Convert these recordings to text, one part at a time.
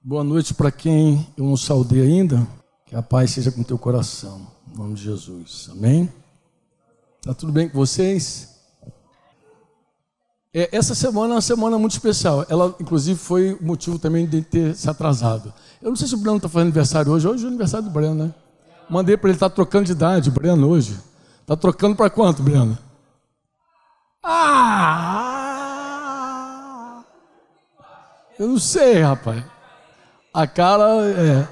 Boa noite para quem eu não saudei ainda. Que a paz seja com o teu coração. Em nome de Jesus. Amém? Tá tudo bem com vocês? Essa semana é uma semana muito especial. Ela, inclusive, foi o motivo também de ter se atrasado. Eu não sei se o Breno está fazendo aniversário hoje. Hoje é o aniversário do Breno, né? Mandei para ele estar trocando de idade, Breno, hoje. Está trocando para quanto, Breno? Eu não sei, rapaz. A cara é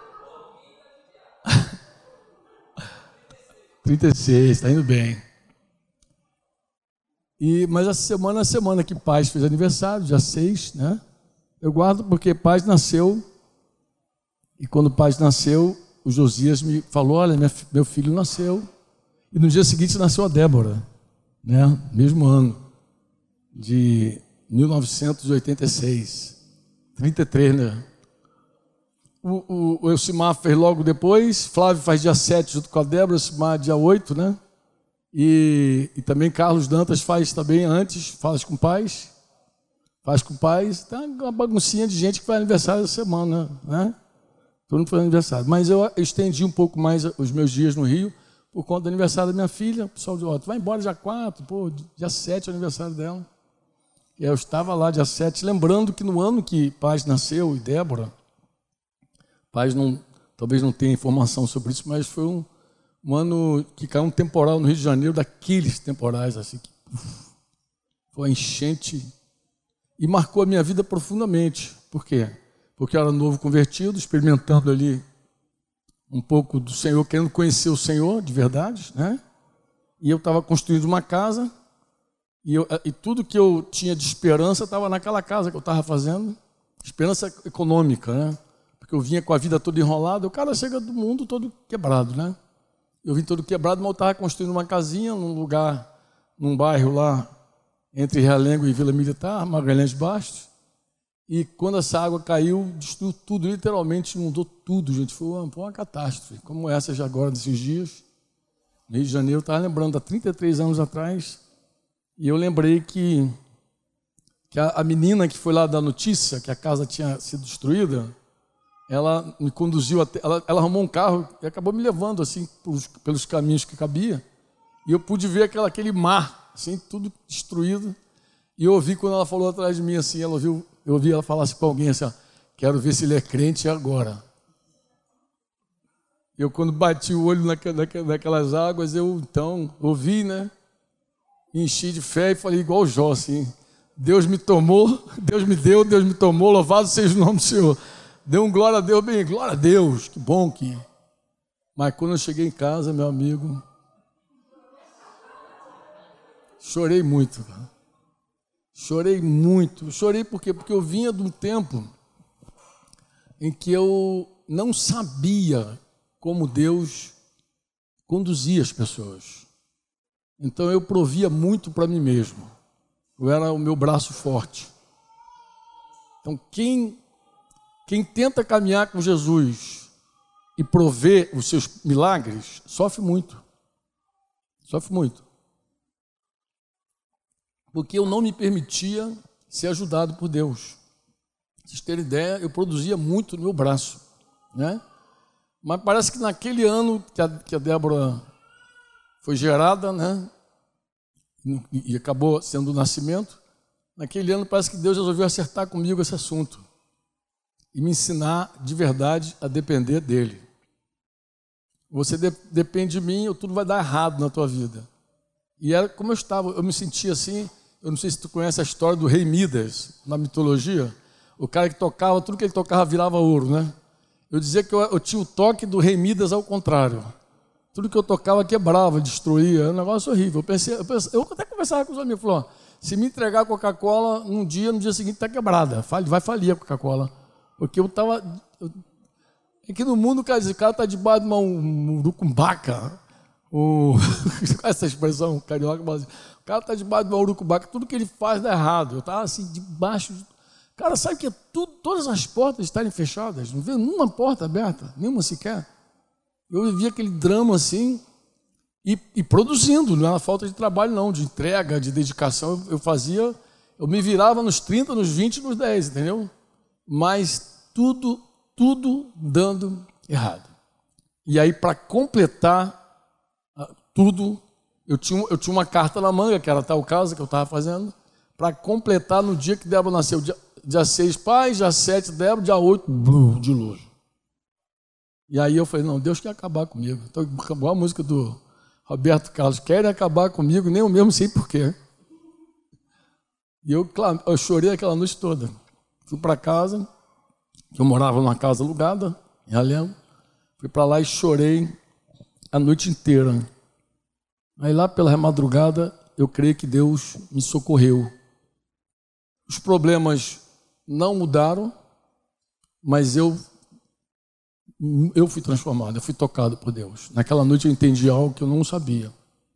36, está indo bem. Mas essa semana é a semana que Paz fez aniversário, dia 6, né? Eu guardo porque Paz nasceu, e quando Paz nasceu, o Josias me falou, olha, meu filho nasceu, e no dia seguinte nasceu a Débora, né? Mesmo ano, de 1986, 33, né? O Elcimar fez logo depois, Flávio faz dia 7 junto com a Débora, Elcimar dia 8, né? E também Carlos Dantas faz também antes, faz com Paz. Tá uma baguncinha de gente que faz aniversário essa semana, né? Todo mundo faz aniversário. Mas eu estendi um pouco mais os meus dias no Rio, por conta do aniversário da minha filha. O pessoal disse, tu vai embora dia 4, dia 7 é o aniversário dela. E eu estava lá dia 7, lembrando que no ano que Paz nasceu e Débora, Paz talvez não tenha informação sobre isso, mas foi um ano que caiu um temporal no Rio de Janeiro, daqueles temporais assim, que foi enchente e marcou a minha vida profundamente. Por quê? Porque eu era novo convertido, experimentando ali um pouco do Senhor, querendo conhecer o Senhor de verdade, né? E eu estava construindo uma casa e tudo que eu tinha de esperança estava naquela casa que eu estava fazendo, esperança econômica, né? Porque eu vinha com a vida toda enrolada, o cara chega do mundo todo quebrado, né? Eu vim todo quebrado, mas eu estava construindo uma casinha num lugar, num bairro lá, entre Realengo e Vila Militar, Magalhães Bastos, e quando essa água caiu, destruiu tudo, literalmente inundou tudo, gente, foi uma catástrofe, como essa já agora, desses dias, no Rio de Janeiro. Eu estava lembrando, há 33 anos atrás, e eu lembrei que a menina que foi lá dar notícia, que a casa tinha sido destruída, ela me conduziu até, ela arrumou um carro e acabou me levando assim pelos caminhos que cabia, e eu pude ver aquele mar, assim, tudo destruído, e eu ouvi quando ela falou atrás de mim assim, eu ouvi ela falar assim para alguém assim, ó, quero ver se ele é crente agora. Eu quando bati o olho naquelas águas, eu então ouvi, né, enchi de fé e falei igual o Jó, assim, Deus me tomou, Deus me deu, Deus me tomou, louvado seja o nome do Senhor. Deu um glória a Deus, bem, glória a Deus, que bom que... Mas quando eu cheguei em casa, meu amigo, chorei muito, cara. Chorei muito. Chorei por quê? Porque eu vinha de um tempo em que eu não sabia como Deus conduzia as pessoas. Então eu provia muito para mim mesmo. Eu era o meu braço forte. Então quem tenta caminhar com Jesus e prover os seus milagres, sofre muito. Sofre muito. Porque eu não me permitia ser ajudado por Deus. Pra vocês terem ideia, eu produzia muito no meu braço, né? Mas parece que naquele ano que a Débora foi gerada, né? E acabou sendo o nascimento, naquele ano parece que Deus resolveu acertar comigo esse assunto e me ensinar de verdade a depender dele. Você depende de mim, ou tudo vai dar errado na tua vida. E era como eu me sentia assim. Eu não sei se tu conhece a história do rei Midas, na mitologia. O cara que tocava, tudo que ele tocava virava ouro, né? Eu dizia que eu tinha o toque do rei Midas ao contrário. Tudo que eu tocava quebrava, destruía, era um negócio horrível. Eu até conversava com os amigos, falou, se me entregar a Coca-Cola no dia seguinte está quebrada, vai falir a Coca-Cola. Porque eu estava... Aqui no mundo, o cara está debaixo de uma urucumbaca. Essa expressão carioca, mas o cara está debaixo de uma urucubaca, tudo que ele faz dá errado. Eu estava assim, debaixo. Cara, sabe que todas as portas estarem fechadas, não vê nenhuma porta aberta, nenhuma sequer. Eu vivia aquele drama assim, e produzindo, não era falta de trabalho, não, de entrega, de dedicação. Eu me virava nos 30, nos 20, nos 10, entendeu? Mas tudo dando errado. E aí, para completar tudo, eu tinha uma carta na manga, que era tal casa que eu estava fazendo, para completar no dia que Débora nasceu. Dia 6, pai, dia 7, Débora, dia 8, dilúvio. E aí eu falei, não, Deus quer acabar comigo. Então, igual a música do Roberto Carlos, querem acabar comigo, nem eu mesmo sei porquê. E eu chorei aquela noite toda. Fui para casa, eu morava numa casa alugada, em Realengo. Fui para lá e chorei a noite inteira. Aí lá pela madrugada, eu creio que Deus me socorreu. Os problemas não mudaram, mas eu fui transformado, eu fui tocado por Deus. Naquela noite eu entendi algo que eu não sabia.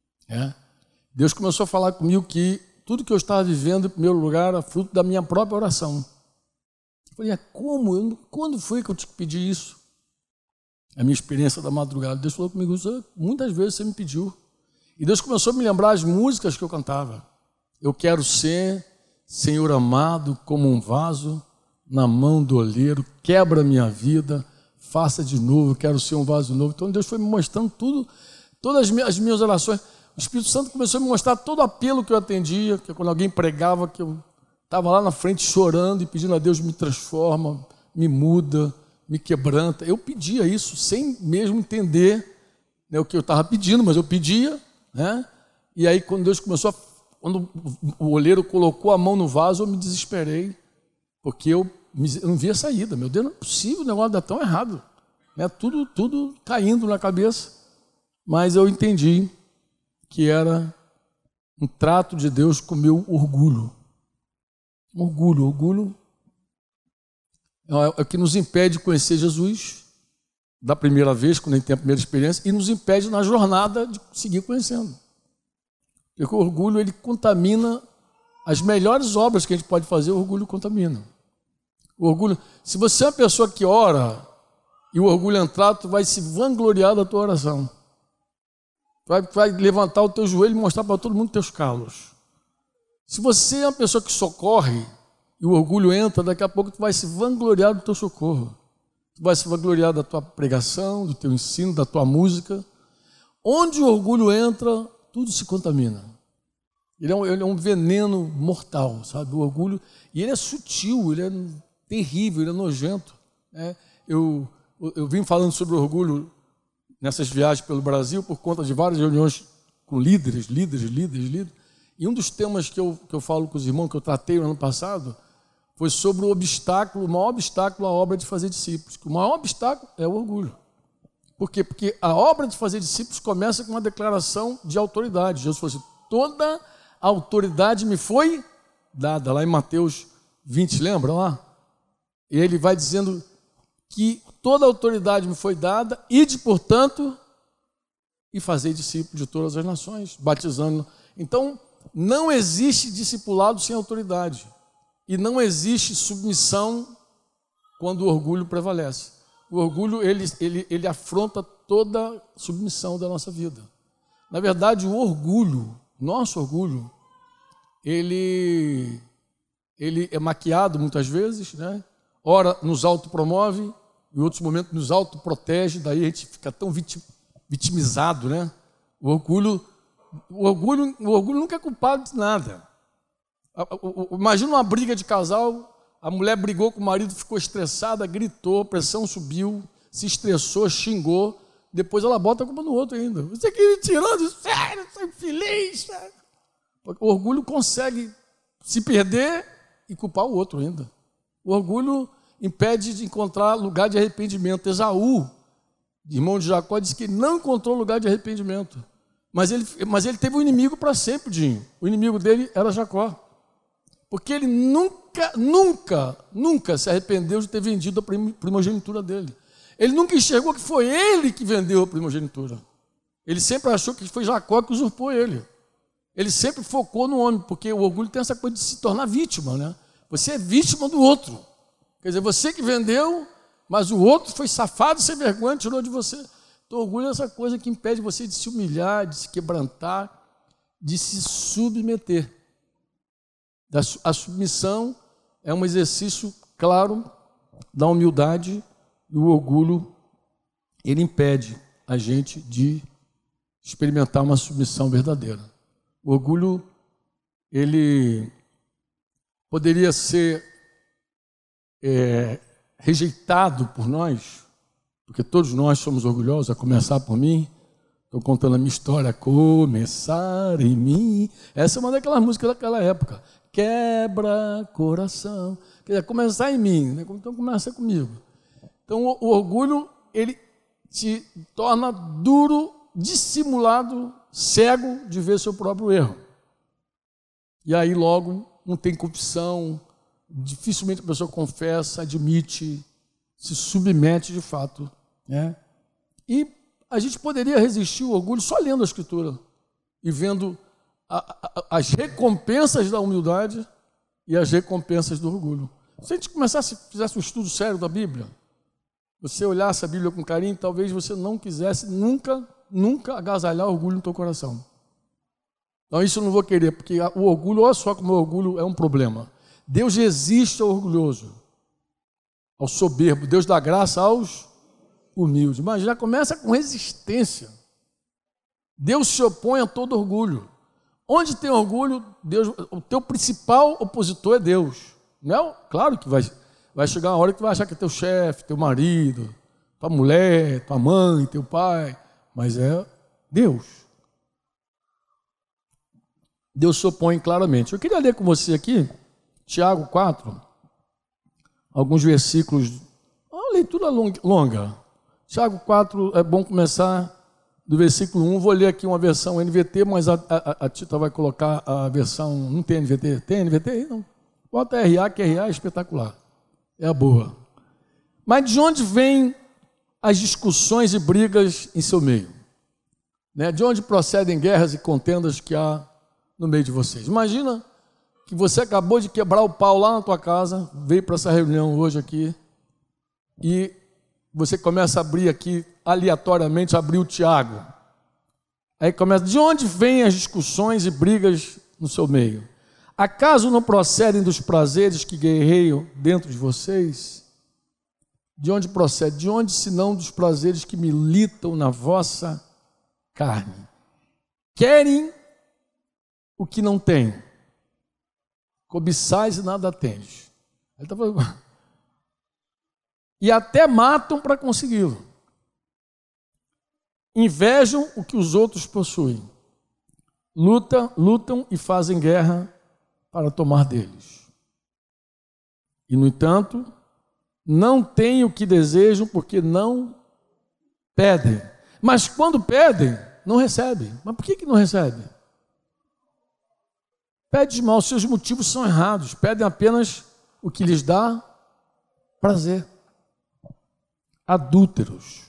Deus começou a falar comigo que tudo que eu estava vivendo, em primeiro lugar, era fruto da minha própria oração. Eu falei, como? Quando foi que eu te pedi isso? A minha experiência da madrugada. Deus falou comigo, muitas vezes você me pediu. E Deus começou a me lembrar as músicas que eu cantava. Eu quero ser, Senhor amado, como um vaso na mão do oleiro, quebra minha vida, faça de novo, eu quero ser um vaso novo. Então Deus foi me mostrando tudo, todas as minhas orações. O Espírito Santo começou a me mostrar todo o apelo que eu atendia, que quando alguém pregava, que eu estava lá na frente chorando e pedindo a Deus, me transforma, me muda, me quebranta. Eu pedia isso sem mesmo entender, né, o que eu estava pedindo, mas eu pedia, né? E aí quando Deus começou, quando o oleiro colocou a mão no vaso, eu me desesperei, porque eu não via saída. Meu Deus, não é possível, o negócio dá tão errado, né? Tudo caindo na cabeça. Mas eu entendi que era um trato de Deus com o meu orgulho. Orgulho é o que nos impede de conhecer Jesus da primeira vez, quando a gente tem a primeira experiência, e nos impede na jornada de seguir conhecendo. Porque o orgulho, ele contamina as melhores obras que a gente pode fazer, o orgulho contamina. O orgulho, se você é uma pessoa que ora e o orgulho entrar, tu vai se vangloriar da tua oração. Vai levantar o teu joelho e mostrar para todo mundo teus calos. Se você é uma pessoa que socorre e o orgulho entra, daqui a pouco tu vai se vangloriar do teu socorro. Tu vai se vangloriar da tua pregação, do teu ensino, da tua música. Onde o orgulho entra, tudo se contamina. Ele é um veneno mortal, sabe? O orgulho, e ele é sutil, ele é terrível, ele é nojento. Eu vim falando sobre o orgulho nessas viagens pelo Brasil por conta de várias reuniões com líderes. E um dos temas que eu falo com os irmãos, que eu tratei no ano passado, foi sobre o maior obstáculo à obra de fazer discípulos. Que o maior obstáculo é o orgulho. Por quê? Porque a obra de fazer discípulos começa com uma declaração de autoridade. Jesus falou assim, toda a autoridade me foi dada. Lá em Mateus 20, lembra lá? E ele vai dizendo que toda a autoridade me foi dada, ide, portanto, e fazer discípulos de todas as nações, batizando. Então, não existe discipulado sem autoridade. E não existe submissão quando o orgulho prevalece. O orgulho, ele afronta toda submissão da nossa vida. Na verdade, o orgulho, nosso orgulho, ele é maquiado muitas vezes, né? Ora nos autopromove, em outros momentos nos autoprotege, daí a gente fica tão vitimizado, né? O orgulho nunca é culpado de nada. Imagina uma briga de casal, a mulher brigou com o marido, ficou estressada, gritou, a pressão subiu, se estressou, xingou, depois ela bota a culpa no outro ainda. Você que me tirou do sério, sou infeliz. O orgulho consegue se perder e culpar o outro ainda. O orgulho impede de encontrar lugar de arrependimento. Esaú, irmão de Jacó, disse que ele não encontrou lugar de arrependimento. Mas ele teve um inimigo para sempre, Dinho. O inimigo dele era Jacó. Porque ele nunca se arrependeu de ter vendido a primogenitura dele. Ele nunca enxergou que foi ele que vendeu a primogenitura. Ele sempre achou que foi Jacó que usurpou ele. Ele sempre focou no homem, porque o orgulho tem essa coisa de se tornar vítima, né? Você é vítima do outro. Quer dizer, você que vendeu, mas o outro foi safado, sem vergonha, tirou de você. Então, o orgulho é essa coisa que impede você de se humilhar, de se quebrantar, de se submeter. A submissão é um exercício, claro, da humildade, e o orgulho, ele impede a gente de experimentar uma submissão verdadeira. O orgulho, ele poderia ser rejeitado por nós, porque todos nós somos orgulhosos, a começar por mim. Estou contando a minha história, começar em mim. Essa é uma daquelas músicas daquela época. Quebra coração. Quer dizer, começar em mim, né? Então começa comigo. Então o orgulho, ele te torna duro, dissimulado, cego de ver seu próprio erro. E aí logo não tem confissão, dificilmente a pessoa confessa, admite, se submete de fato, né? E a gente poderia resistir ao orgulho só lendo a Escritura e vendo as recompensas da humildade e as recompensas do orgulho. Se a gente fizesse um estudo sério da Bíblia, você olhasse a Bíblia com carinho, talvez você não quisesse nunca agasalhar orgulho no teu coração. Então isso eu não vou querer, porque o orgulho, olha só como o orgulho é um problema. Deus resiste ao orgulhoso, ao soberbo. Deus dá graça aos humildes. Mas já começa com resistência. Deus se opõe a todo orgulho. Onde tem orgulho, Deus, o teu principal opositor é Deus. Não? Claro que vai chegar uma hora que tu vai achar que é teu chefe, teu marido, tua mulher, tua mãe, teu pai, mas é Deus. Deus se opõe claramente. Eu queria ler com você aqui, Tiago 4, alguns versículos, uma leitura longa. Tiago 4, é bom começar do versículo 1, vou ler aqui uma versão NVT, mas a Tita vai colocar a versão, não tem NVT? Tem NVT aí? Não. Bota RA, que RA é espetacular, é a boa. Mas de onde vêm as discussões e brigas em seu meio? Né? De onde procedem guerras e contendas que há no meio de vocês? Imagina que você acabou de quebrar o pau lá na tua casa, veio para essa reunião hoje aqui, e você começa a abrir aqui, aleatoriamente, abrir o Tiago. Aí começa, de onde vêm as discussões e brigas no seu meio? Acaso não procedem dos prazeres que guerreiam dentro de vocês? De onde procede? De onde, senão dos prazeres que militam na vossa carne? Querem o que não têm, cobiçais e nada tendes. Ele está falando... E até matam para consegui-lo. Invejam o que os outros possuem. Lutam e fazem guerra para tomar deles. E, no entanto, não têm o que desejam porque não pedem. Mas quando pedem, não recebem. Mas por que não recebem? Pedem mal, seus motivos são errados. Pedem apenas o que lhes dá prazer. Adúlteros,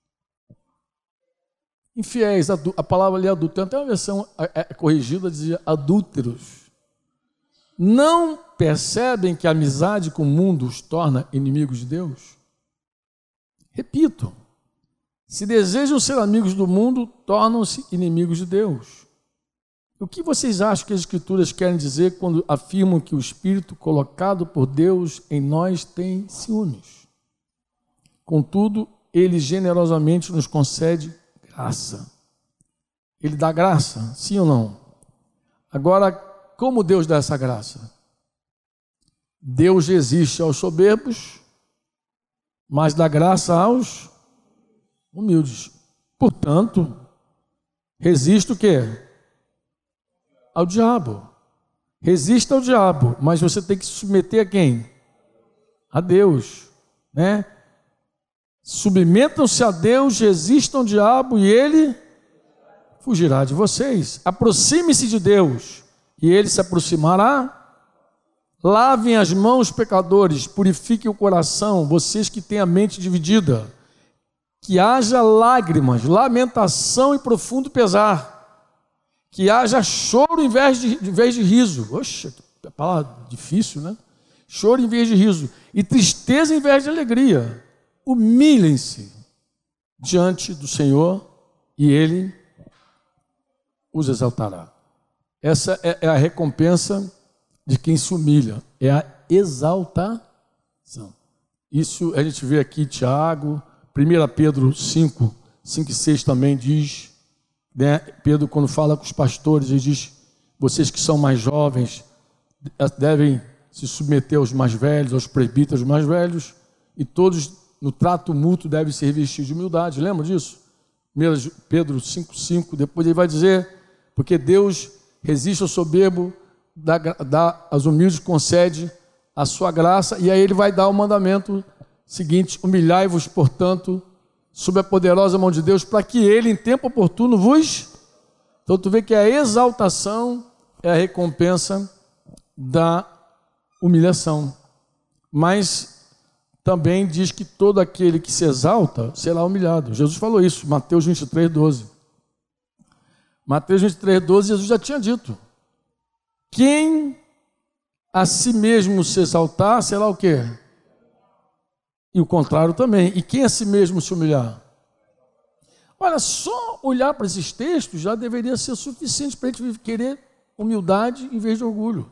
infiéis, a palavra ali é adúltero, tem até uma versão corrigida, dizia adúlteros. Não percebem que a amizade com o mundo os torna inimigos de Deus? Repito, se desejam ser amigos do mundo, tornam-se inimigos de Deus. O que vocês acham que as Escrituras querem dizer quando afirmam que o Espírito colocado por Deus em nós tem ciúmes? Contudo, Ele generosamente nos concede graça. Ele dá graça, sim ou não? Agora, como Deus dá essa graça? Deus resiste aos soberbos, mas dá graça aos humildes. Portanto, resiste o quê? Ao diabo. Resista ao diabo, mas você tem que se submeter a quem? A Deus, né? Submetam-se a Deus, resistam ao diabo e ele fugirá de vocês. Aproxime-se de Deus e ele se aproximará. Lavem as mãos, pecadores, purifiquem o coração, vocês que têm a mente dividida. Que haja lágrimas, lamentação e profundo pesar. Que haja choro em vez de riso. Oxa, que palavra difícil, né? Choro em vez de riso. E tristeza em vez de alegria. Humilhem-se diante do Senhor e Ele os exaltará. Essa é a recompensa de quem se humilha, é a exaltação. Isso a gente vê aqui Tiago, 1 Pedro 5 e 6 também diz, né? Pedro, quando fala com os pastores, ele diz: vocês que são mais jovens devem se submeter aos mais velhos, aos presbíteros mais velhos, e todos no trato mútuo devem ser revestidos de humildade. Lembra disso? 1 Pedro 5,5. Depois ele vai dizer: porque Deus resiste ao soberbo, dá aos humildes, concede a sua graça. E aí ele vai dar o mandamento seguinte: humilhai-vos, portanto, sob a poderosa mão de Deus, para que ele, em tempo oportuno, vos... Então tu vê que a exaltação é a recompensa da humilhação. Mas também diz que todo aquele que se exalta será humilhado. Jesus falou isso, Mateus 23, 12. Mateus 23, 12, Jesus já tinha dito: quem a si mesmo se exaltar, será o quê? E o contrário também. E quem a si mesmo se humilhar? Olha, só olhar para esses textos já deveria ser suficiente para a gente querer humildade em vez de orgulho.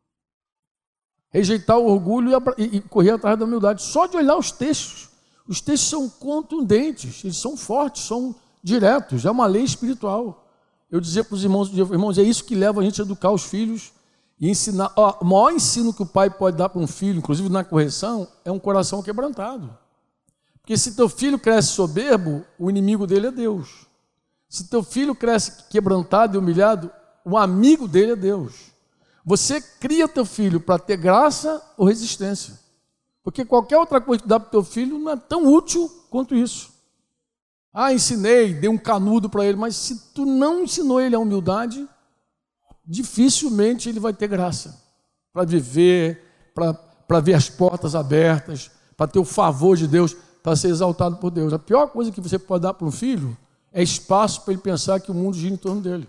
Rejeitar o orgulho e correr atrás da humildade. Só de olhar os textos são contundentes, eles são fortes, são diretos, é uma lei espiritual. Eu dizia para os irmãos, é isso que leva a gente a educar os filhos e ensinar. O maior ensino que o pai pode dar para um filho, inclusive na correção, é um coração quebrantado. Porque se teu filho cresce soberbo, o inimigo dele é Deus. Se teu filho cresce quebrantado e humilhado, o amigo dele é Deus. Você cria teu filho para ter graça ou resistência. Porque qualquer outra coisa que dá para o teu filho não é tão útil quanto isso. Ensinei, dei um canudo para ele, mas se tu não ensinou ele a humildade, dificilmente ele vai ter graça para viver, para ver as portas abertas, para ter o favor de Deus, para ser exaltado por Deus. A pior coisa que você pode dar para um filho é espaço para ele pensar que o mundo gira em torno dele.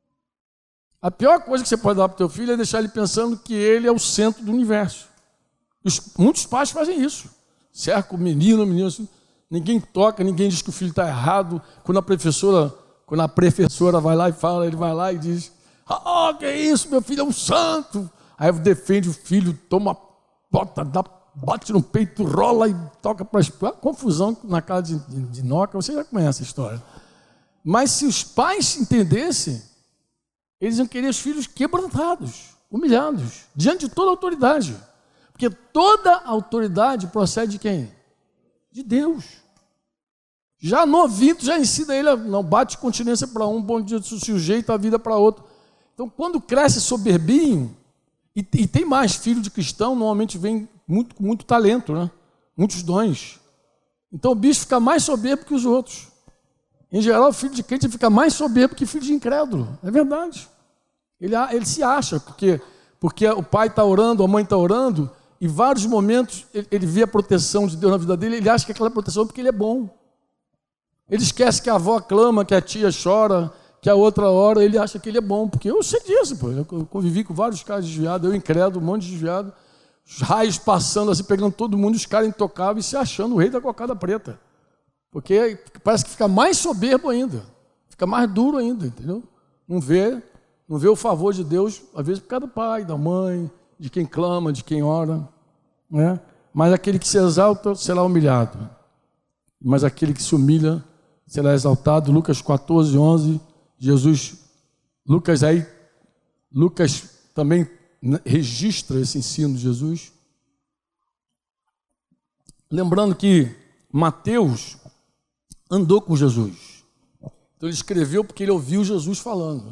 A pior coisa que você pode dar para o teu filho é deixar ele pensando que ele é o centro do universo. Muitos pais fazem isso. Cerca o menino, assim, ninguém toca, ninguém diz que o filho está errado. Quando a professora vai lá e fala, ele vai lá e diz: que é isso, meu filho é um santo. Aí defende o filho, bate no peito, rola e toca para as... confusão na casa de Noca, você já conhece a história. Mas se os pais entendessem, eles iam querer os filhos quebrantados, humilhados, diante de toda a autoridade. Porque toda autoridade procede de quem? De Deus. Já novinho, tu já ensina ele, não bate continência para um, bom dia, sujeita a vida para outro. Então, quando cresce soberbinho, e tem mais filho de cristão, normalmente vem muito talento, né? Muitos dons. Então, o bicho fica mais soberbo que os outros. Em geral, o filho de crente fica mais soberbo que filho de incrédulo. É verdade. Ele se acha, porque o pai está orando, a mãe está orando, e em vários momentos ele vê a proteção de Deus na vida dele, ele acha que aquela proteção é porque ele é bom. Ele esquece que a avó clama, que a tia chora, que a outra hora ele acha que ele é bom, porque eu sei disso, pô. Eu convivi com vários caras desviados, eu incrédulo, um monte de desviado, os raios passando assim, pegando todo mundo, os caras intocáveis e se achando o rei da cocada preta. Porque parece que fica mais soberbo ainda, fica mais duro ainda, entendeu? Não vê o favor de Deus, às vezes por causa do pai, da mãe, de quem clama, de quem ora, né? Mas aquele que se exalta será humilhado, mas aquele que se humilha será exaltado. Lucas 14, 11, Lucas também registra esse ensino de Jesus. Lembrando que Mateus andou com Jesus. Então ele escreveu porque ele ouviu Jesus falando.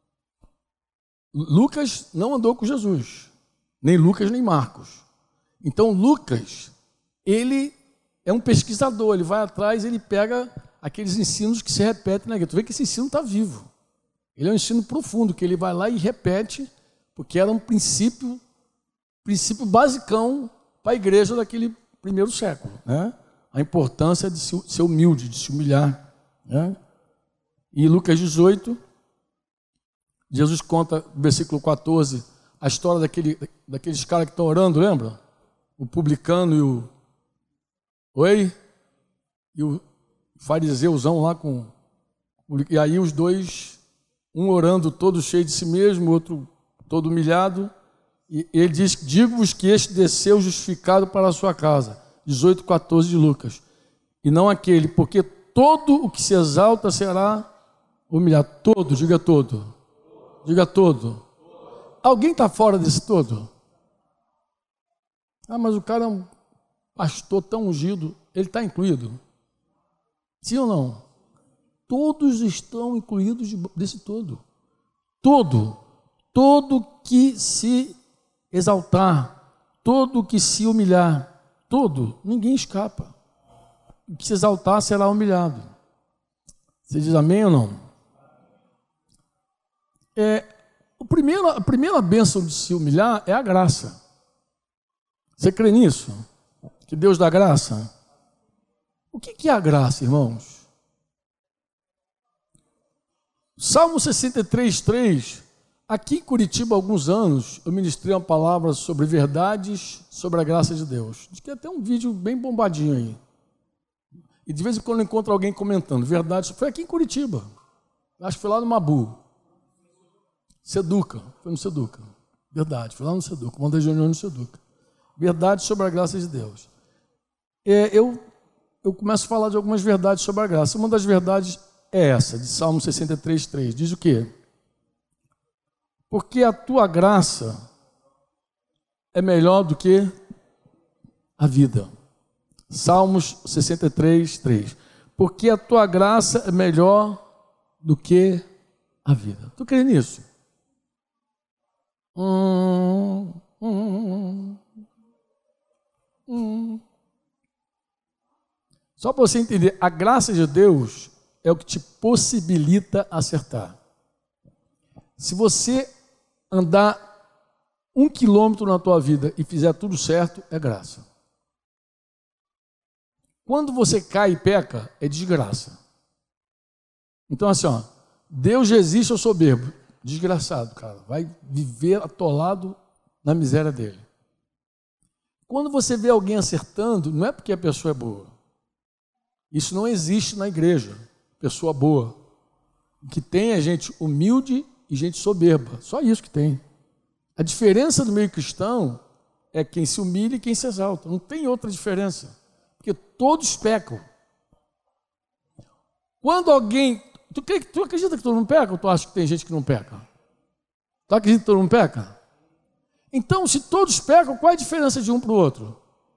Lucas não andou com Jesus. Nem Lucas, nem Marcos. Então Lucas, ele é um pesquisador, ele vai atrás, ele pega aqueles ensinos que se repetem na igreja. Tu vê que esse ensino está vivo. Ele é um ensino profundo, que ele vai lá e repete, porque era um princípio basicão para a igreja daquele primeiro século, né? A importância de ser humilde, de se humilhar, né? E Lucas 18, Jesus conta, no versículo 14, a história daqueles caras que estão orando, lembra? O publicano e o fariseuzão lá com... E aí os dois, um orando todo cheio de si mesmo, o outro todo humilhado, e ele diz: digo-vos que este desceu justificado para a sua casa, 18:14 de Lucas. E não aquele, porque todo o que se exalta será humilhado. Todo, diga todo. Diga todo. Alguém está fora desse todo? Ah, mas o cara é um pastor tão ungido, ele está incluído? Sim ou não? Todos estão incluídos desse todo. Todo que se exaltar, todo que se humilhar, ninguém escapa. O que se exaltar será humilhado. Você diz amém ou não? A primeira bênção de se humilhar é a graça. Você crê nisso? Que Deus dá graça? O que é a graça, irmãos? Salmo 63:3. Aqui em Curitiba, há alguns anos, eu ministrei uma palavra sobre verdades, sobre a graça de Deus. Diz que tem até um vídeo bem bombadinho aí. E de vez em quando eu encontro alguém comentando. Verdade, foi aqui em Curitiba. Acho que foi lá no Mabu. Seduca, foi no Seduca. Verdade, foi lá no Seduca, uma das reuniões no Seduca. Verdade sobre a graça de Deus. Eu começo a falar de algumas verdades sobre a graça. Uma das verdades é essa, de Salmo 63:3. Diz o quê? Porque a tua graça é melhor do que a vida. Salmos 63:3. Porque a tua graça é melhor do que a vida. Tu crê nisso? Só para você entender, a graça de Deus é o que te possibilita acertar. Se você andar 1 quilômetro na tua vida e fizer tudo certo, é graça. Quando você cai e peca, é desgraça. Então assim, Deus resiste ao soberbo. Desgraçado, cara. Vai viver atolado na miséria dele. Quando você vê alguém acertando, não é porque a pessoa é boa. Isso não existe na igreja. Pessoa boa. O que tem é gente humilde e gente soberba. Só isso que tem. A diferença do meio cristão é quem se humilha e quem se exalta. Não tem outra diferença. Porque todos pecam. Quando alguém... Tu acredita que todo mundo peca ou tu acha que tem gente que não peca? Tu acredita que todo mundo peca? Então, se todos pecam, qual é a diferença de um para o outro?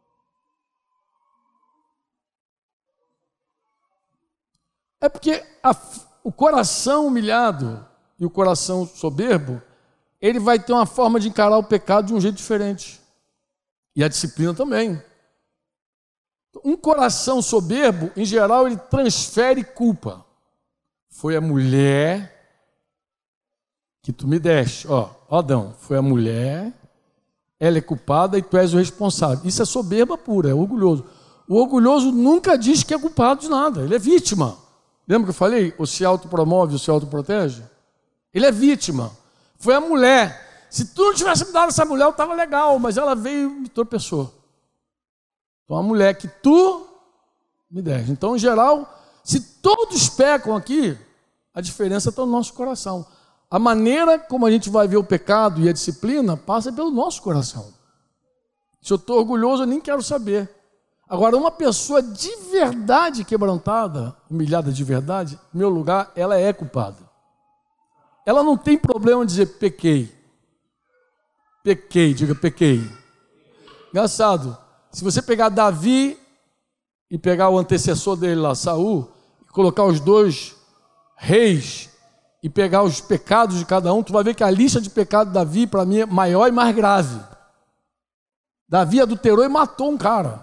É porque o coração humilhado e o coração soberbo, ele vai ter uma forma de encarar o pecado de um jeito diferente. E a disciplina também. Um coração soberbo, em geral, ele transfere culpa. Foi a mulher que tu me deste. Adão, foi a mulher, ela é culpada e tu és o responsável. Isso é soberba pura, é orgulhoso. O orgulhoso nunca diz que é culpado de nada, ele é vítima. Lembra que eu falei? Ou se autopromove ou se autoprotege? Ele é vítima. Foi a mulher. Se tu não tivesse me dado essa mulher, eu estava legal, mas ela veio e me tropeçou. Então a mulher que tu me deste. Então, em geral, se todos pecam aqui, a diferença está no nosso coração. A maneira como a gente vai ver o pecado e a disciplina passa pelo nosso coração. Se eu estou orgulhoso, eu nem quero saber. Agora, uma pessoa de verdade quebrantada, humilhada de verdade, no meu lugar, ela é culpada. Ela não tem problema em dizer pequei. Pequei, diga pequei. Engraçado, se você pegar Davi e pegar o antecessor dele lá, Saul, e colocar os dois reis e pegar os pecados de cada um, tu vai ver que a lista de pecados de Davi, para mim, é maior e mais grave. Davi adulterou e matou um cara.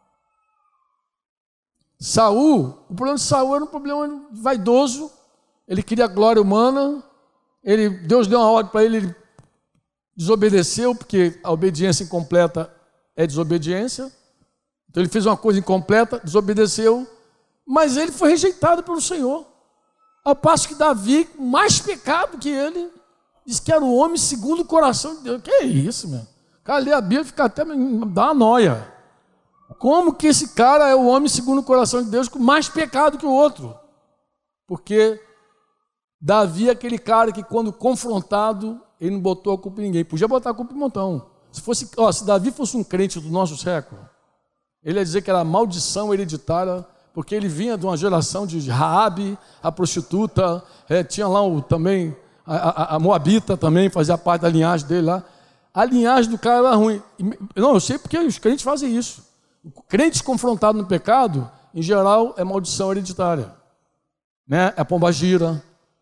Saul, o problema de Saul era um problema vaidoso, ele queria glória humana, Deus deu uma ordem para ele, ele desobedeceu, porque a obediência incompleta é desobediência, então ele fez uma coisa incompleta, desobedeceu, mas ele foi rejeitado pelo Senhor, ao passo que Davi, mais pecado que ele, disse que era o homem segundo o coração de Deus. Que é isso, meu? O cara lê a Bíblia e fica até dá uma noia. Como que esse cara é o homem segundo o coração de Deus com mais pecado que o outro? Porque Davi é aquele cara que quando confrontado, ele não botou a culpa em ninguém. Podia botar a culpa em um montão. Se Davi fosse um crente do nosso século, Ele ia dizer que era maldição hereditária, porque ele vinha de uma geração de Raabe, a prostituta, tinha lá também a Moabita também, fazia parte da linhagem dele lá. A linhagem do cara era ruim. Não, eu sei porque os crentes fazem isso. Crentes confrontados no pecado, em geral, é maldição hereditária. Né? É pombagira.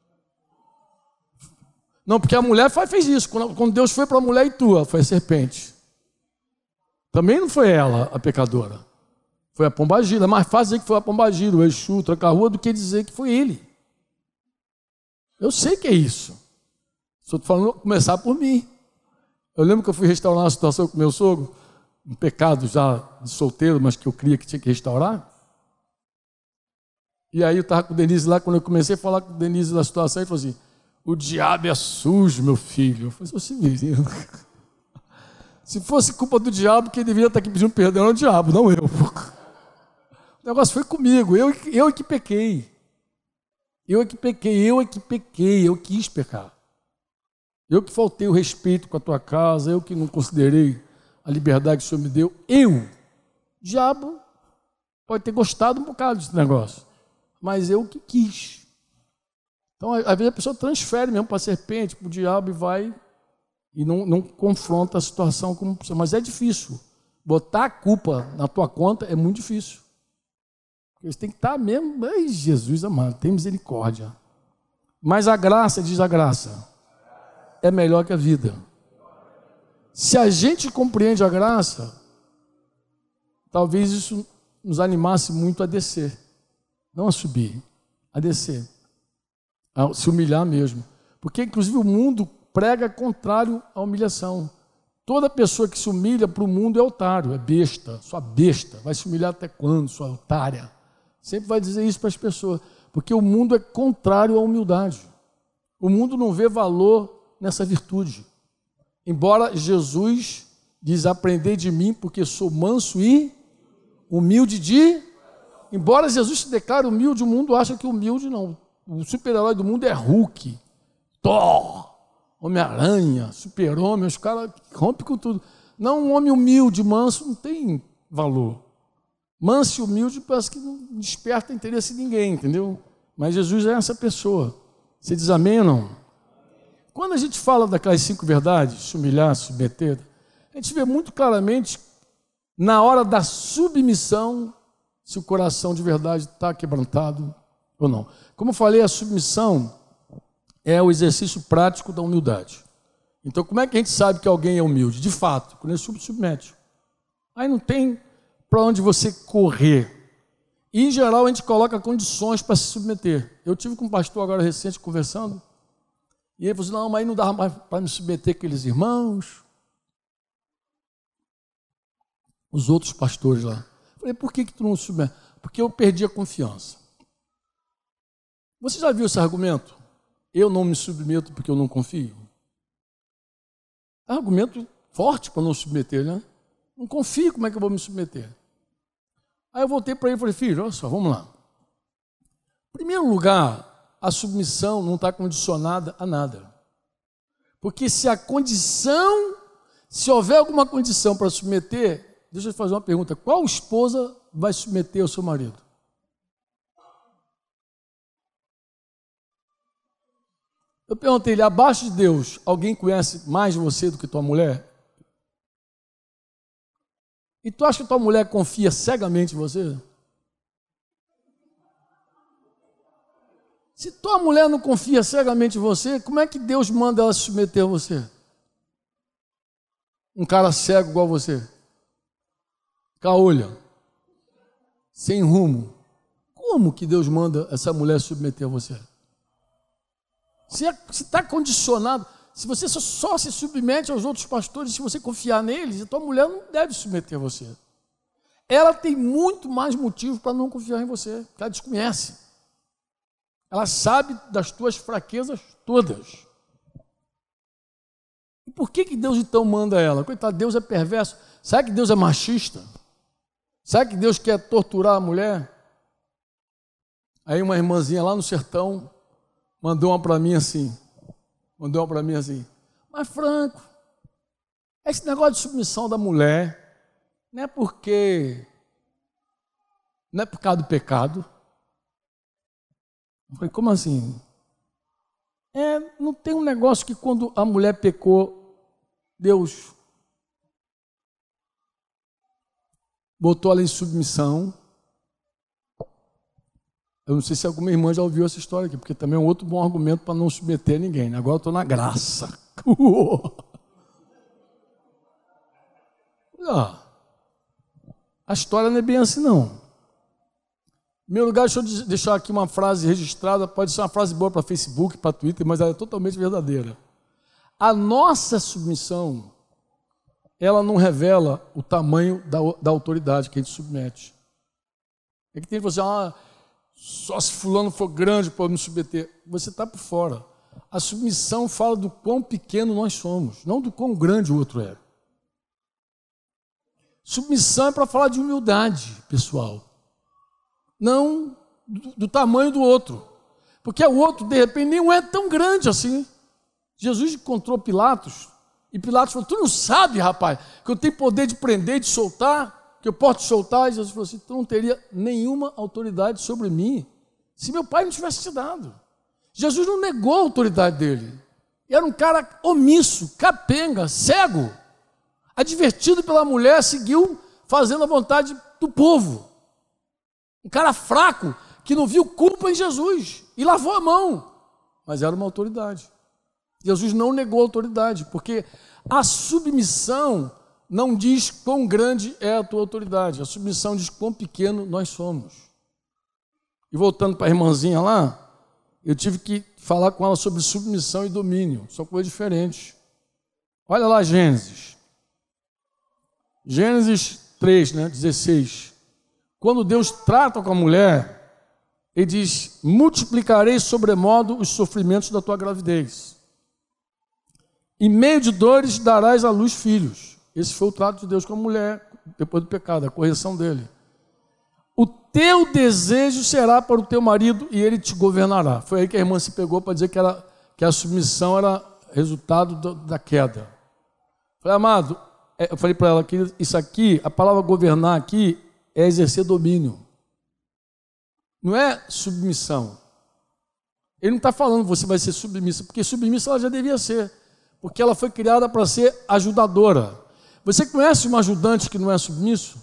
Não, porque a mulher fez isso. Quando Deus foi para a mulher e tua, foi a serpente. Também não foi ela a pecadora. Foi a pombagira. É mais fácil dizer que foi a pombagira, o Exu, o tranca-rua, do que dizer que foi ele. Eu sei que é isso. Estou falando começar por mim. Eu lembro que eu fui restaurar uma situação com meu sogro, um pecado já de solteiro, mas que eu cria que tinha que restaurar. E aí eu estava com o Denise lá, quando eu comecei a falar com o Denise da situação, ele falou assim: o diabo é sujo, meu filho. Eu falei assim: se fosse culpa do diabo, quem deveria estar aqui pedindo perdão é o diabo, não eu. O negócio foi comigo, eu que pequei. Eu quis pecar. Eu que faltei o respeito com a tua casa, eu que não considerei a liberdade que o Senhor me deu. O diabo pode ter gostado um bocado desse negócio, mas eu que quis. Então, às vezes a pessoa transfere mesmo para a serpente, para o diabo e vai e não confronta a situação como precisa. Mas é difícil. Botar a culpa na tua conta é muito difícil. Porque você tem que estar mesmo, ai, Jesus amado, tem misericórdia. Mas a graça, diz a graça, é melhor que a vida. Se a gente compreende a graça, talvez isso nos animasse muito a descer. Não a subir, a descer. A se humilhar mesmo. Porque, inclusive, o mundo prega contrário à humilhação. Toda pessoa que se humilha para o mundo é otário, é besta, sua besta. Vai se humilhar até quando, sua otária? Sempre vai dizer isso para as pessoas. Porque o mundo é contrário à humildade. O mundo não vê valor nessa virtude. Embora Jesus diz: aprendei de mim, porque sou manso e humilde de... Embora Jesus se declare humilde, o mundo acha que humilde não. O super-herói do mundo é Hulk, Thor, Homem-Aranha, Super-Homem, os caras rompem com tudo. Não, um homem humilde, manso, não tem valor. Manso e humilde parece que não desperta interesse de ninguém, entendeu? Mas Jesus é essa pessoa. Você diz amém ou não? Quando a gente fala daquelas 5 verdades, se humilhar, se submeter, a gente vê muito claramente, na hora da submissão, se o coração de verdade está quebrantado ou não. Como eu falei, a submissão é o exercício prático da humildade. Então, como é que a gente sabe que alguém é humilde? De fato, quando ele submete. Aí não tem para onde você correr. E, em geral, a gente coloca condições para se submeter. Eu tive com um pastor agora recente conversando, e ele falou assim: não, mas aí não dava mais para me submeter aqueles irmãos, os outros pastores lá. Eu falei: por que tu não submete? Porque eu perdi a confiança. Você já viu esse argumento? Eu não me submeto porque eu não confio. É um argumento forte para não submeter, né? Não confio, como é que eu vou me submeter? Aí eu voltei para ele e falei: filho, olha só, vamos lá. Em primeiro lugar, a submissão não está condicionada a nada. Porque se houver alguma condição para submeter, deixa eu fazer uma pergunta: qual esposa vai submeter ao seu marido? Eu perguntei ele: abaixo de Deus, alguém conhece mais você do que tua mulher? E tu acha que tua mulher confia cegamente em você? Se tua mulher não confia cegamente em você, como é que Deus manda ela se submeter a você? Um cara cego igual você, caolha, sem rumo. Como que Deus manda essa mulher se submeter a você? Se está condicionado, se você só se submete aos outros pastores, se você confiar neles, a tua mulher não deve se submeter a você. Ela tem muito mais motivo para não confiar em você, porque ela desconhece. Ela sabe das tuas fraquezas todas. E por que Deus então manda ela? Coitado, Deus é perverso. Será que Deus é machista? Será que Deus quer torturar a mulher? Aí uma irmãzinha lá no sertão mandou uma para mim assim, mas Franco, esse negócio de submissão da mulher não é porque Não é por causa do pecado. Eu falei, como assim? Não tem um negócio que quando a mulher pecou, Deus botou ela em submissão. Eu não sei se alguma irmã já ouviu essa história aqui, porque também é um outro bom argumento para não submeter ninguém, né? Agora eu estou na graça. A história não é bem assim, não. Em primeiro lugar, deixa eu deixar aqui uma frase registrada, pode ser uma frase boa para Facebook, para Twitter, mas ela é totalmente verdadeira. A nossa submissão, ela não revela o tamanho da autoridade que a gente submete. É que tem que você só se fulano for grande para me submeter. Você está por fora. A submissão fala do quão pequeno nós somos, não do quão grande o outro é. Submissão é para falar de humildade, pessoal. Não do tamanho do outro. Porque o outro, de repente, nem é tão grande assim. Jesus encontrou Pilatos, e Pilatos falou, tu não sabe, rapaz, que eu tenho poder de prender, de soltar, que eu posso te soltar? E Jesus falou assim, tu não teria nenhuma autoridade sobre mim, se meu pai não tivesse te dado. Jesus não negou a autoridade dele. Era um cara omisso, capenga, cego, advertido pela mulher, seguiu fazendo a vontade do povo. Um cara fraco, que não viu culpa em Jesus, e lavou a mão, mas era uma autoridade. Jesus não negou a autoridade, porque a submissão não diz quão grande é a tua autoridade, a submissão diz quão pequeno nós somos. E voltando para a irmãzinha lá, eu tive que falar com ela sobre submissão e domínio, são coisas diferentes. Olha lá Gênesis 3, 16. Quando Deus trata com a mulher, Ele diz, multiplicarei sobremodo os sofrimentos da tua gravidez. Em meio de dores darás à luz filhos. Esse foi o trato de Deus com a mulher, depois do pecado, a correção dele. O teu desejo será para o teu marido e ele te governará. Foi aí que a irmã se pegou para dizer que a submissão era resultado da queda. Falei, amado, eu falei para ela que isso aqui, a palavra governar aqui, é exercer domínio. Não é submissão. Ele não está falando que você vai ser submissa, porque submissa ela já devia ser, porque ela foi criada para ser ajudadora. Você conhece um ajudante que não é submisso?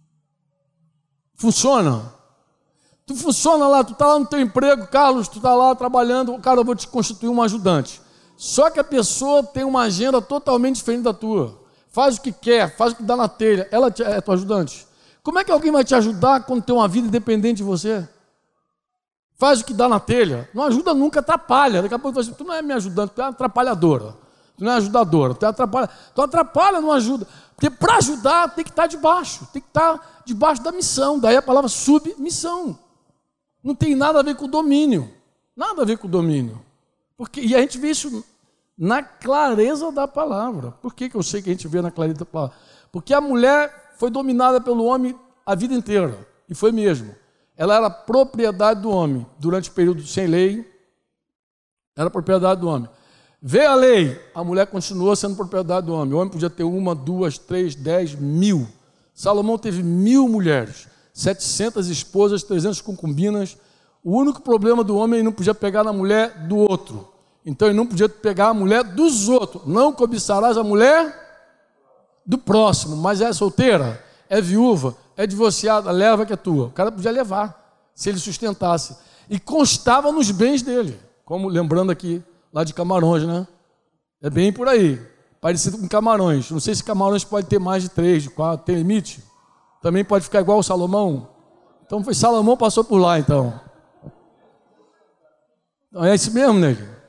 Funciona? Tu funciona lá, tu está lá no teu emprego, Carlos, tu está lá trabalhando, cara, eu vou te constituir um ajudante. Só que a pessoa tem uma agenda totalmente diferente da tua. Faz o que quer, faz o que dá na telha. Ela é tua ajudante. Como é que alguém vai te ajudar quando tem uma vida independente de você? Faz o que dá na telha. Não ajuda nunca, atrapalha. Daqui a pouco você tu não é minha ajudante, tu é uma atrapalhadora. Tu não é ajudadora, tu atrapalha, não ajuda. Porque para ajudar tem que estar debaixo, tem que estar debaixo da missão. Daí a palavra submissão. Não tem nada a ver com domínio. Nada a ver com domínio. E a gente vê isso na clareza da palavra. Por que eu sei que a gente vê na clareza da palavra? Porque a mulher foi dominada pelo homem a vida inteira. E foi mesmo. Ela era propriedade do homem. Durante o período sem lei, era propriedade do homem. Veio a lei, a mulher continuou sendo propriedade do homem. O homem podia ter 1, 2, 3, 10, 1000. Salomão teve 1000 mulheres, 700 esposas, 300 concubinas. O único problema do homem, ele não podia pegar na mulher do outro. Então ele não podia pegar a mulher dos outros. Não cobiçarás a mulher do próximo, mas é solteira, é viúva, é divorciada, leva que é tua. O cara podia levar, se ele sustentasse. E constava nos bens dele, como lembrando aqui, lá de Camarões, né? É bem por aí, parecido com Camarões. Não sei se Camarões pode ter mais de 3, de 4, tem limite? Também pode ficar igual o Salomão? Então foi Salomão passou por lá, então. Então é isso mesmo, nego.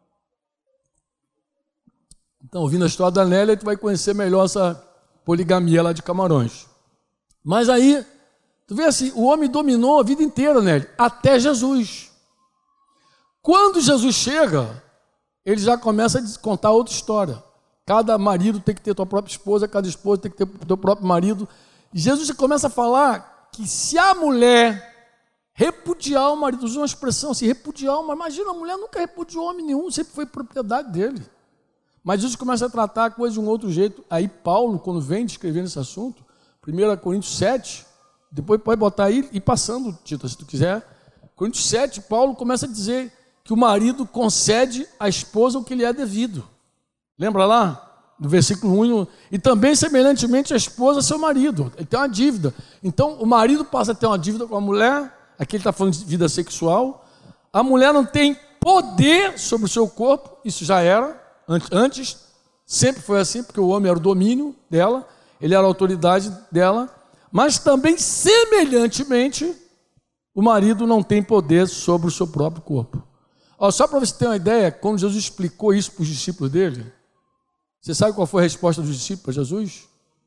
Então, ouvindo a história da Nélia, tu vai conhecer melhor essa poligamia lá de Camarões. Mas aí, tu vê assim, o homem dominou a vida inteira, Nélia, até Jesus. Quando Jesus chega, ele já começa a contar outra história. Cada marido tem que ter tua própria esposa, cada esposa tem que ter teu próprio marido. E Jesus começa a falar que se a mulher repudiar o marido, usa uma expressão assim, repudiar o marido. Imagina, a mulher nunca repudiou homem nenhum, sempre foi propriedade dele. Mas Jesus começa a tratar a coisa de um outro jeito. Aí Paulo, quando vem descrevendo esse assunto, 1 Coríntios 7, Depois pode botar aí e passando, Tito, se tu quiser. Coríntios 7, Paulo começa a dizer que o marido concede à esposa o que lhe é devido. Lembra lá? Do versículo 1, e também semelhantemente a esposa seu marido, ele tem uma dívida. Então o marido passa a ter uma dívida com a mulher, aqui ele está falando de vida sexual. A mulher não tem poder sobre o seu corpo, isso já era, antes sempre foi assim, porque o homem era o domínio dela, ele era a autoridade dela, mas também semelhantemente o marido não tem poder sobre o seu próprio corpo. Só para você ter uma ideia, quando Jesus explicou isso para os discípulos dele, você sabe qual foi a resposta dos discípulos para Jesus?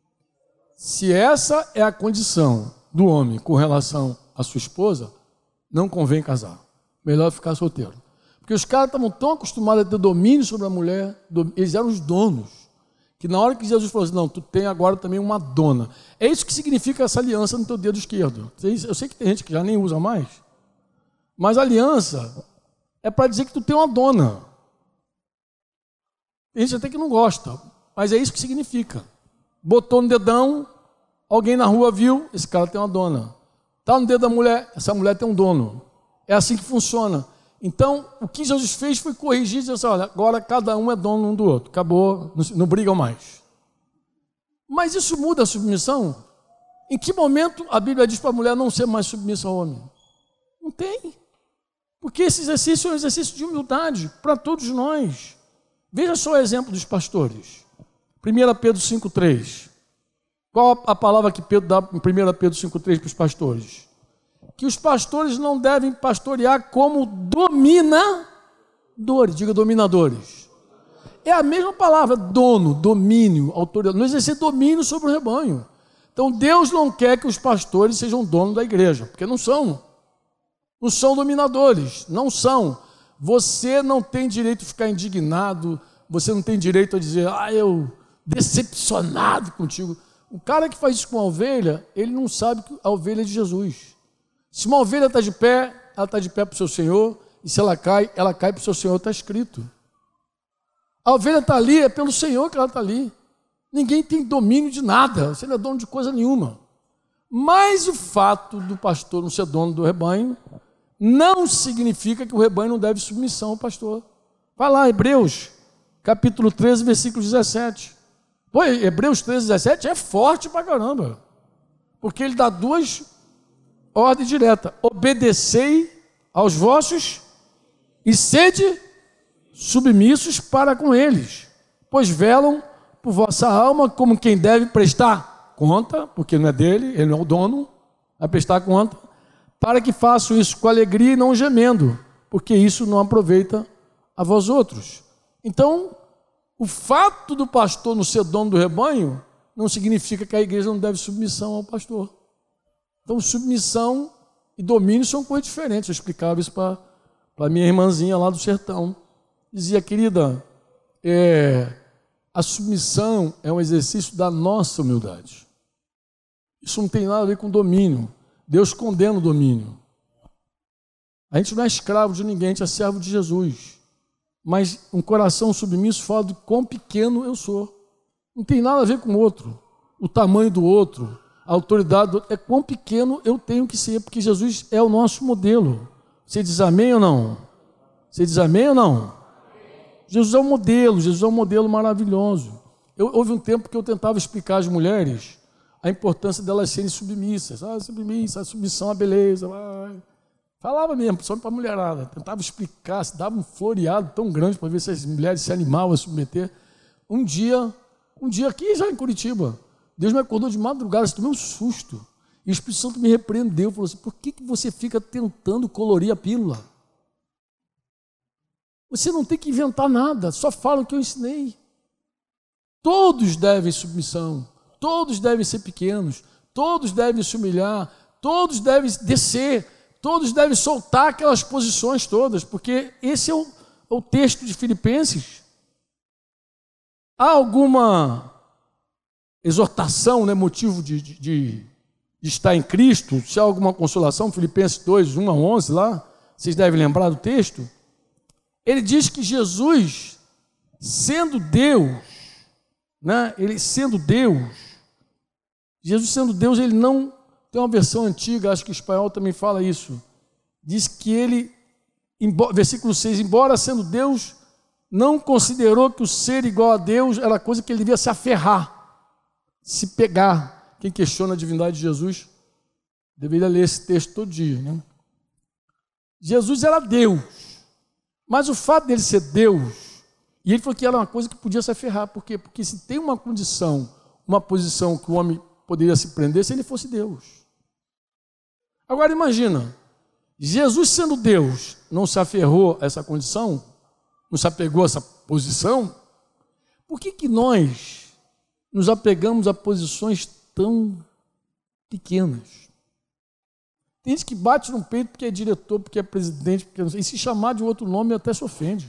Se essa é a condição do homem com relação à sua esposa, não convém casar. Melhor ficar solteiro. Porque os caras estavam tão acostumados a ter domínio sobre a mulher, eles eram os donos, que na hora que Jesus falou assim, não, tu tem agora também uma dona. É isso que significa essa aliança no teu dedo esquerdo. Eu sei que tem gente que já nem usa mais, mas aliança é para dizer que tu tem uma dona. Tem gente até que não gosta, mas é isso que significa. Botou no dedão, alguém na rua viu, esse cara tem uma dona. Está no dedo da mulher, essa mulher tem um dono. É assim que funciona. Então, o que Jesus fez foi corrigir e dizer assim, olha, agora cada um é dono um do outro. Acabou, não brigam mais. Mas isso muda a submissão? Em que momento a Bíblia diz para a mulher não ser mais submissa ao homem? Não tem. Porque esse exercício é um exercício de humildade para todos nós. Veja só o exemplo dos pastores. 1 Pedro 5,3. Qual a palavra que Pedro dá em 1 Pedro 5,3 para os pastores? Que os pastores não devem pastorear como dominadores. Diga dominadores. É a mesma palavra, dono, domínio, autoridade. Não exercer domínio sobre o rebanho. Então Deus não quer que os pastores sejam donos da igreja, porque não são. Não são dominadores, não são. Você não tem direito a ficar indignado, você não tem direito a dizer, eu decepcionado contigo. O cara que faz isso com a ovelha, ele não sabe que a ovelha é de Jesus. Se uma ovelha está de pé, ela está de pé para o seu Senhor, e se ela cai para o seu Senhor, está escrito. A ovelha está ali, é pelo Senhor que ela está ali. Ninguém tem domínio de nada, você não é dono de coisa nenhuma. Mas o fato do pastor não ser dono do rebanho, não significa que o rebanho não deve submissão ao pastor. Vai lá, Hebreus, capítulo 13, versículo 17. Pô, Hebreus 13, 17 é forte pra caramba. Porque ele dá duas ordens diretas. Obedecei aos vossos e sede submissos para com eles, pois velam por vossa alma como quem deve prestar conta, porque não é dele, ele não é o dono, vai prestar conta, para que façam isso com alegria e não gemendo, porque isso não aproveita a vós outros. Então, o fato do pastor não ser dono do rebanho não significa que a igreja não deve submissão ao pastor. Então, submissão e domínio são coisas diferentes. Eu explicava isso para a minha irmãzinha lá do sertão. Dizia, querida, a submissão é um exercício da nossa humildade. Isso não tem nada a ver com domínio. Deus condena o domínio. A gente não é escravo de ninguém, a gente é servo de Jesus. Mas um coração submisso fala de quão pequeno eu sou. Não tem nada a ver com o outro. O tamanho do outro, a autoridade do outro. É quão pequeno eu tenho que ser, porque Jesus é o nosso modelo. Você diz amém ou não? Você diz amém ou não? Jesus é um modelo maravilhoso. Houve um tempo que eu tentava explicar às mulheres a importância delas serem submissas. Submissa, a submissão à beleza. Falava mesmo, só para a mulherada. Tentava explicar, se dava um floreado tão grande para ver se as mulheres se animavam a submeter. Um dia aqui já em Curitiba, Deus me acordou de madrugada, tomei um susto. E o Espírito Santo me repreendeu, falou assim, por que você fica tentando colorir a pílula? Você não tem que inventar nada, só fala o que eu ensinei. Todos devem submissão, todos devem ser pequenos, todos devem se humilhar, todos devem descer, todos devem soltar aquelas posições todas, porque esse é o texto de Filipenses. Há alguma exortação, motivo de estar em Cristo? Se há alguma consolação, Filipenses 2, 1 a 11 lá, vocês devem lembrar do texto. Ele diz que Jesus, sendo Deus, Jesus sendo Deus, ele não Tem uma versão antiga, acho que o espanhol também fala isso. Diz que ele, versículo 6, embora sendo Deus, não considerou que o ser igual a Deus era coisa que ele devia se aferrar, se pegar. Quem questiona a divindade de Jesus deveria ler esse texto todo dia, né? Jesus era Deus, mas o fato dele ser Deus, e ele falou que era uma coisa que podia se aferrar. Por quê? Porque se tem uma condição, uma posição que o homem poderia se prender, se ele fosse Deus. Agora imagina, Jesus sendo Deus, não se aferrou a essa condição, não se apegou a essa posição, por que nós nos apegamos a posições tão pequenas? Tem gente que bate no peito porque é diretor, porque é presidente, porque não sei, e se chamar de outro nome até se ofende.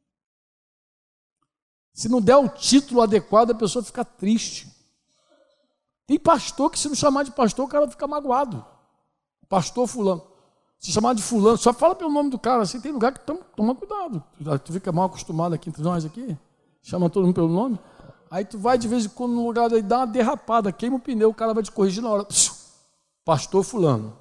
Se não der o título adequado, a pessoa fica triste. Tem pastor que, se não chamar de pastor, o cara fica magoado. Pastor fulano. Se chamar de fulano, só fala pelo nome do cara. Assim, tem lugar que toma cuidado. Tu fica mal acostumado aqui entre nós aqui, chama todo mundo pelo nome. Aí tu vai de vez em quando no lugar, aí dá uma derrapada, queima o pneu, o cara vai te corrigir na hora. Pastor fulano.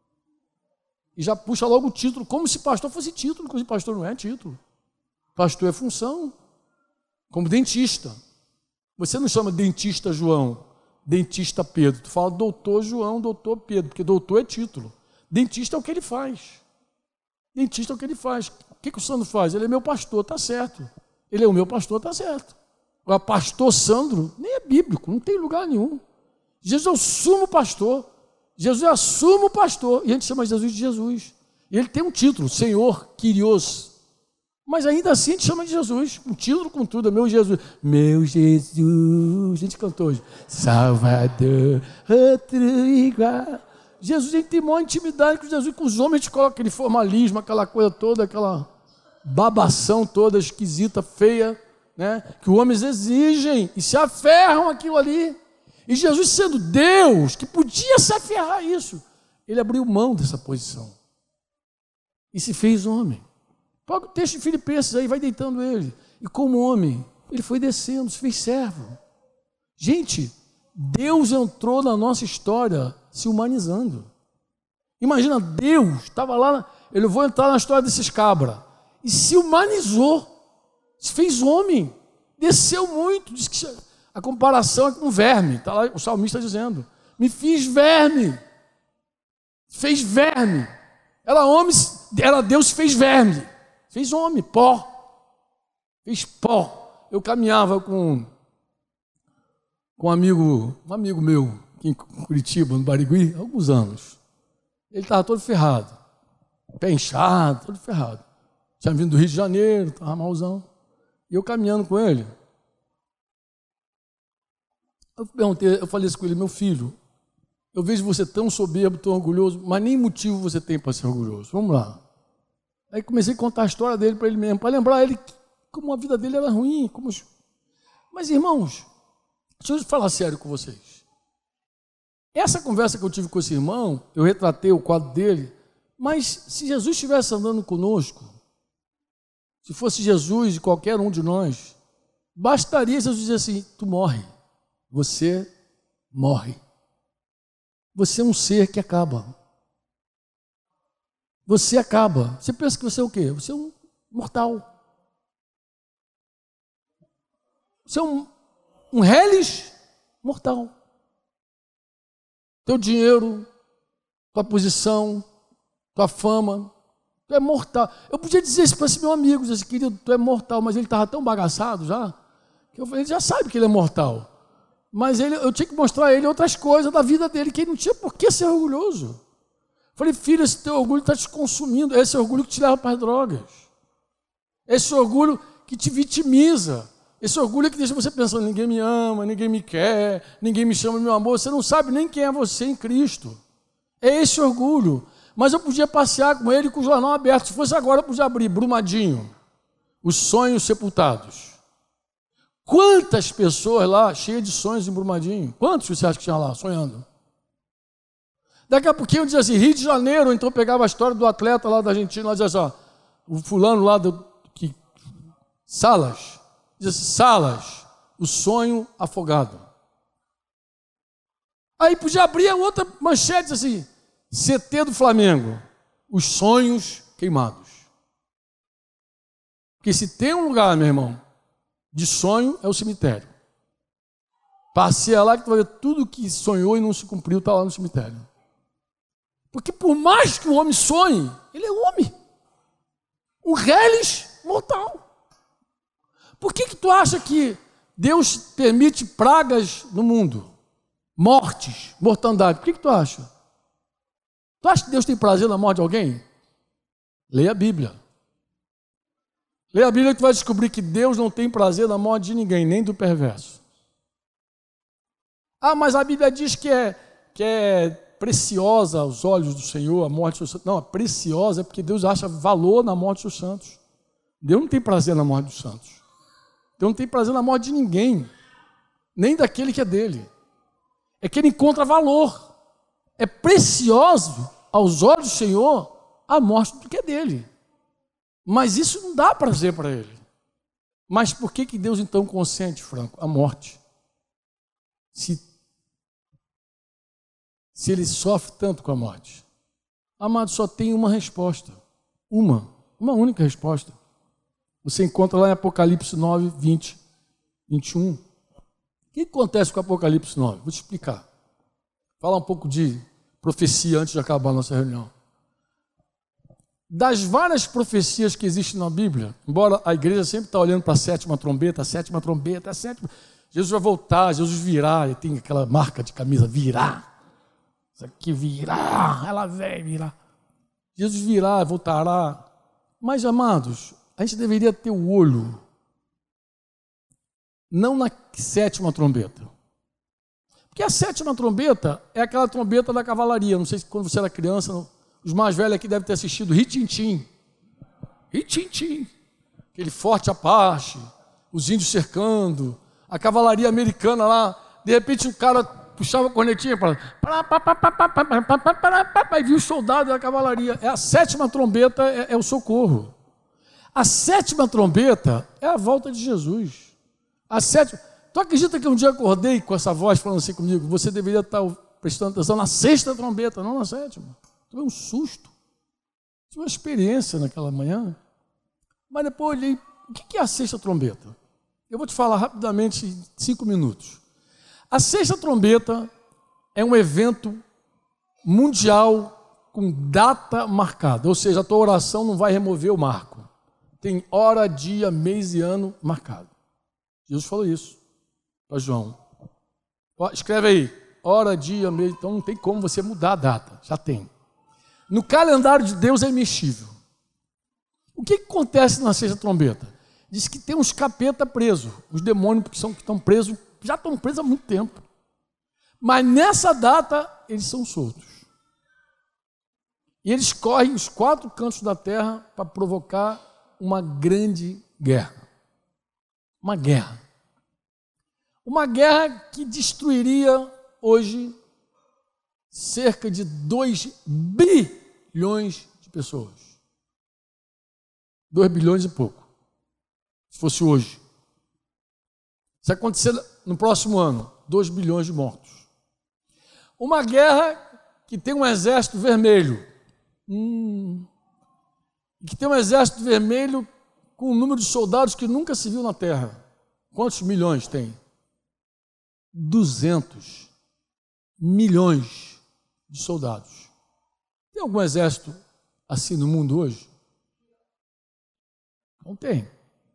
E já puxa logo o título, como se pastor fosse título, porque pastor não é título. Pastor é função. Como dentista. Você não chama dentista João, dentista Pedro. Tu fala doutor João, doutor Pedro, porque doutor é título. Dentista é o que ele faz. Dentista é o que ele faz. O que o Sandro faz? Ele é meu pastor, tá certo. Ele é o meu pastor, tá certo. Agora, pastor Sandro nem é bíblico, não tem lugar nenhum. Jesus é o sumo pastor. Jesus é o sumo pastor. E a gente chama Jesus de Jesus. E ele tem um título, Senhor Kyrios. Mas ainda assim a gente chama de Jesus. Um título com tudo, meu Jesus. Meu Jesus. A gente cantou hoje. Salvador, outro igual. Jesus, a gente tem maior intimidade com Jesus. Com os homens a gente coloca aquele formalismo, aquela coisa toda, aquela babação toda esquisita, feia, né? Que os homens exigem e se aferram aquilo ali. E Jesus, sendo Deus, que podia se aferrar a isso, ele abriu mão dessa posição e se fez homem. Pega o texto de Filipenses aí, vai deitando ele. E como homem, ele foi descendo, se fez servo. Gente, Deus entrou na nossa história se humanizando. Imagina, Deus estava lá, eu vou entrar na história desses cabras, e se humanizou, se fez homem, desceu muito, diz que a comparação é com verme, está lá o salmista dizendo, me fiz verme, fez verme, era homem, era Deus, fez verme, fez homem, pó, fez pó. Eu caminhava com um amigo meu, aqui em Curitiba, no Barigui, há alguns anos, ele estava todo ferrado, pé inchado, todo ferrado, tinha vindo do Rio de Janeiro, estava malzão, e eu caminhando com ele, eu falei assim com ele, meu filho, eu vejo você tão soberbo, tão orgulhoso, mas nem motivo você tem para ser orgulhoso. Vamos lá. Aí comecei a contar a história dele para ele mesmo, para lembrar ele como a vida dele era ruim. Mas, irmãos, deixa eu falar sério com vocês. Essa conversa que eu tive com esse irmão, eu retratei o quadro dele, mas se Jesus estivesse andando conosco, se fosse Jesus e qualquer um de nós, bastaria Jesus dizer assim, tu morre. Você morre. Você é um ser que acaba. Você acaba. Você pensa que você é o quê? Você é um mortal. Você é um reles mortal. Teu dinheiro, tua posição, tua fama, tu é mortal. Eu podia dizer isso para esse meu amigo, dizer assim, querido, tu é mortal, mas ele estava tão bagaçado já, que eu falei, ele já sabe que ele é mortal. Mas eu tinha que mostrar a ele outras coisas da vida dele, que ele não tinha por que ser orgulhoso. Falei, filho, esse teu orgulho está te consumindo, esse orgulho que te leva para as drogas, esse orgulho que te vitimiza, esse orgulho que deixa você pensando, ninguém me ama, ninguém me quer, ninguém me chama meu amor, você não sabe nem quem é você em Cristo. É esse orgulho. Mas eu podia passear com ele com o jornal aberto, se fosse agora eu podia abrir, Brumadinho, os sonhos sepultados. Quantas pessoas lá, cheias de sonhos em Brumadinho? Quantos você acha que tinha lá, sonhando? Daqui a pouquinho eu dizia assim, Rio de Janeiro, então eu pegava a história do atleta lá da Argentina, lá dizia assim, ó, o fulano lá, Salas, dizia assim, Salas, o sonho afogado. Aí podia abrir a outra manchete assim, CT do Flamengo, os sonhos queimados. Porque se tem um lugar, meu irmão, de sonho, é o cemitério. Passeia lá que tu vai ver tudo que sonhou e não se cumpriu, está lá no cemitério. Porque por mais que o homem sonhe, ele é homem. Um reles mortal. Por que tu acha que Deus permite pragas no mundo? Mortes, mortandade. Por que tu acha? Tu acha que Deus tem prazer na morte de alguém? Leia a Bíblia. Leia a Bíblia que tu vai descobrir que Deus não tem prazer na morte de ninguém, nem do perverso. Ah, mas a Bíblia diz que é preciosa aos olhos do Senhor a morte dos santos. Não, é preciosa é porque Deus acha valor na morte dos santos. Deus não tem prazer na morte dos santos. Deus não tem prazer na morte de ninguém, nem daquele que é dele. É que ele encontra valor. É precioso aos olhos do Senhor a morte do que é dele. Mas isso não dá prazer para ele. Mas por que Deus então consente, Franco, a morte? Se ele sofre tanto com a morte. Amado, só tem uma resposta. Uma única resposta. Você encontra lá em Apocalipse 9, 20, 21. O que acontece com Apocalipse 9? Vou te explicar. Falar um pouco de profecia antes de acabar a nossa reunião. Das várias profecias que existem na Bíblia, embora a igreja sempre está olhando para a sétima trombeta, Jesus vai voltar, Jesus virá, e tem aquela marca de camisa, virá. Isso aqui virá, ela vem virar. Jesus virá, voltará. Mas, amados, a gente deveria ter o olho, não na sétima trombeta. Porque a sétima trombeta é aquela trombeta da cavalaria. Não sei se quando você era criança, os mais velhos aqui devem ter assistido Ritintim. Ritintim. Aquele forte Apache, os índios cercando, a cavalaria americana lá. De repente o cara puxava a cornetinha e viu os soldados da cavalaria. A sétima trombeta é o socorro. A sétima trombeta é a volta de Jesus. A sétima. Tu acredita que um dia acordei com essa voz falando assim comigo? Você deveria estar prestando atenção na sexta trombeta, não na sétima. Tive um susto. Tive uma experiência naquela manhã. Mas depois olhei, o que é a sexta trombeta? Eu vou te falar rapidamente em 5 minutos. A sexta trombeta é um evento mundial com data marcada. Ou seja, a tua oração não vai remover o marco. Tem hora, dia, mês e ano marcado. Jesus falou isso para João. Escreve aí, hora, dia, mês. Então não tem como você mudar a data. Já tem. No calendário de Deus é imexível. O que acontece na sexta trombeta? Diz que tem uns capeta presos. Os demônios que estão presos, já estão presos há muito tempo. Mas nessa data, eles são soltos. E eles correm os 4 cantos da terra para provocar uma grande guerra. Uma guerra. Uma guerra que destruiria hoje cerca de 2 bilhões de pessoas. 2 bilhões e pouco. Se fosse hoje. Se acontecer no próximo ano, 2 bilhões de mortos. Uma guerra que tem um exército vermelho. Que tem um exército vermelho com um número de soldados que nunca se viu na Terra. Quantos milhões tem? 200 milhões de soldados. Tem algum exército assim no mundo hoje? Não tem.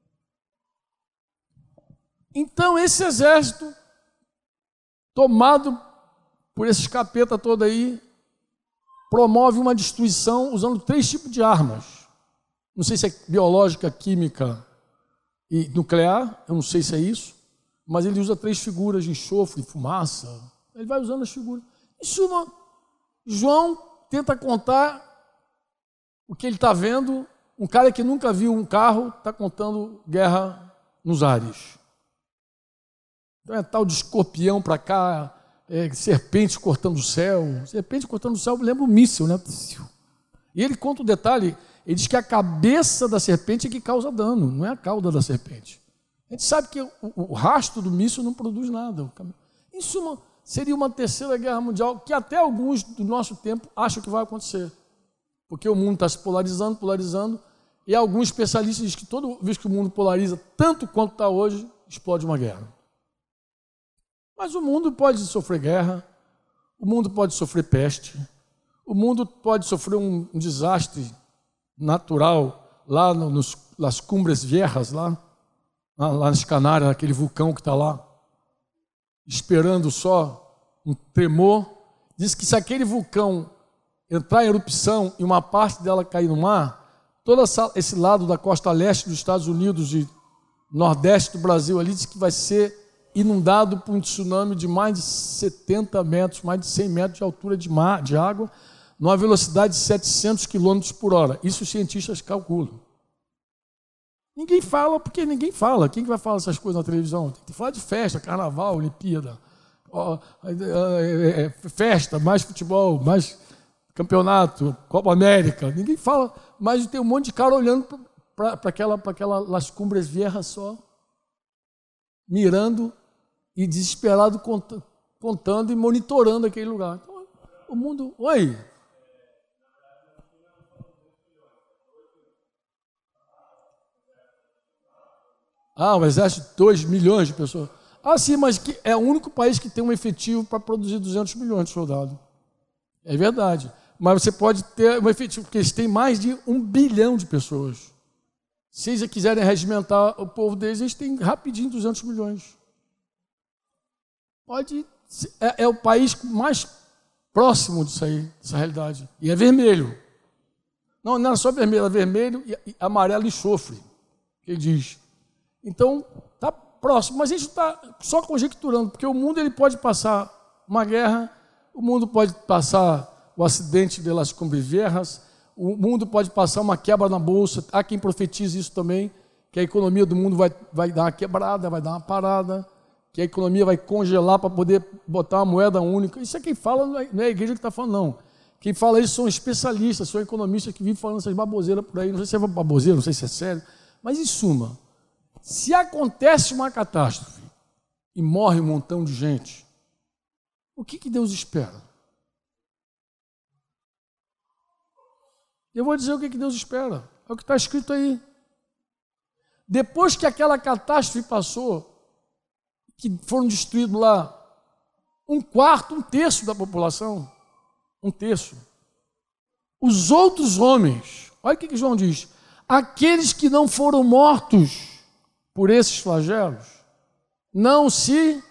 Então esse exército, tomado por esses capeta todo aí, promove uma destruição usando 3 tipos de armas. Não sei se é biológica, química e nuclear, eu não sei se é isso, mas ele usa 3 figuras de enxofre, fumaça, ele vai usando as figuras. Em suma, João tenta contar o que ele está vendo, um cara que nunca viu um carro está contando guerra nos ares. Então é tal de escorpião para cá, serpente cortando o céu. Serpente cortando o céu me lembra um míssil, né? E ele conta um detalhe, ele diz que a cabeça da serpente é que causa dano, não é a cauda da serpente. A gente sabe que o rastro do míssil não produz nada. Em suma, seria uma terceira guerra mundial, que até alguns do nosso tempo acham que vai acontecer. Porque o mundo está se polarizando, e alguns especialistas dizem que toda vez que o mundo polariza tanto quanto está hoje, explode uma guerra. Mas o mundo pode sofrer guerra, o mundo pode sofrer peste, o mundo pode sofrer um desastre natural lá nas Cumbres Viejas, lá nas Canárias, aquele vulcão que está lá, esperando só um tremor. Diz que se aquele vulcão entrar em erupção e uma parte dela cair no mar, todo esse lado da costa leste dos Estados Unidos e nordeste do Brasil ali, diz que vai ser inundado por um tsunami de mais de 70 metros, mais de 100 metros de altura de água, numa velocidade de 700 km por hora. Isso os cientistas calculam. Ninguém fala, porque ninguém fala. Quem que vai falar essas coisas na televisão? Tem que falar de festa, carnaval, Olimpíada, festa, mais futebol, mais campeonato, Copa América. Ninguém fala, mas tem um monte de cara olhando para aquela Las Cumbres Viejas só, mirando e desesperado contando e monitorando aquele lugar. Então, o mundo... Oi! O exército de 2 milhões de pessoas. Sim, mas que é o único país que tem um efetivo para produzir 200 milhões de soldados. É verdade. Mas você pode ter um efetivo, porque eles têm mais de 1 bilhão de pessoas. Se eles quiserem regimentar o povo deles, eles têm rapidinho 200 milhões. É o país mais próximo disso aí, dessa realidade. E é vermelho. Não é só vermelho, é vermelho e amarelo e enxofre, que ele diz. Então, está próximo, mas a gente está só conjecturando, porque o mundo ele pode passar uma guerra, o mundo pode passar o acidente de Las Cumbres Viejas, o mundo pode passar uma quebra na bolsa. Há quem profetize isso também, que a economia do mundo vai dar uma quebrada, vai dar uma parada, que a economia vai congelar para poder botar uma moeda única. Isso é quem fala, não é a igreja que está falando, não. Quem fala isso são especialistas, são economistas que vivem falando essas baboseiras por aí. Não sei se é baboseira, não sei se é sério, mas em suma, se acontece uma catástrofe e morre um montão de gente, o que Deus espera? Eu vou dizer o que Deus espera. É o que está escrito aí. Depois que aquela catástrofe passou, que foram destruídos lá um terço da população, um terço. Os outros homens, olha o que João diz, aqueles que não foram mortos por esses flagelos, não se,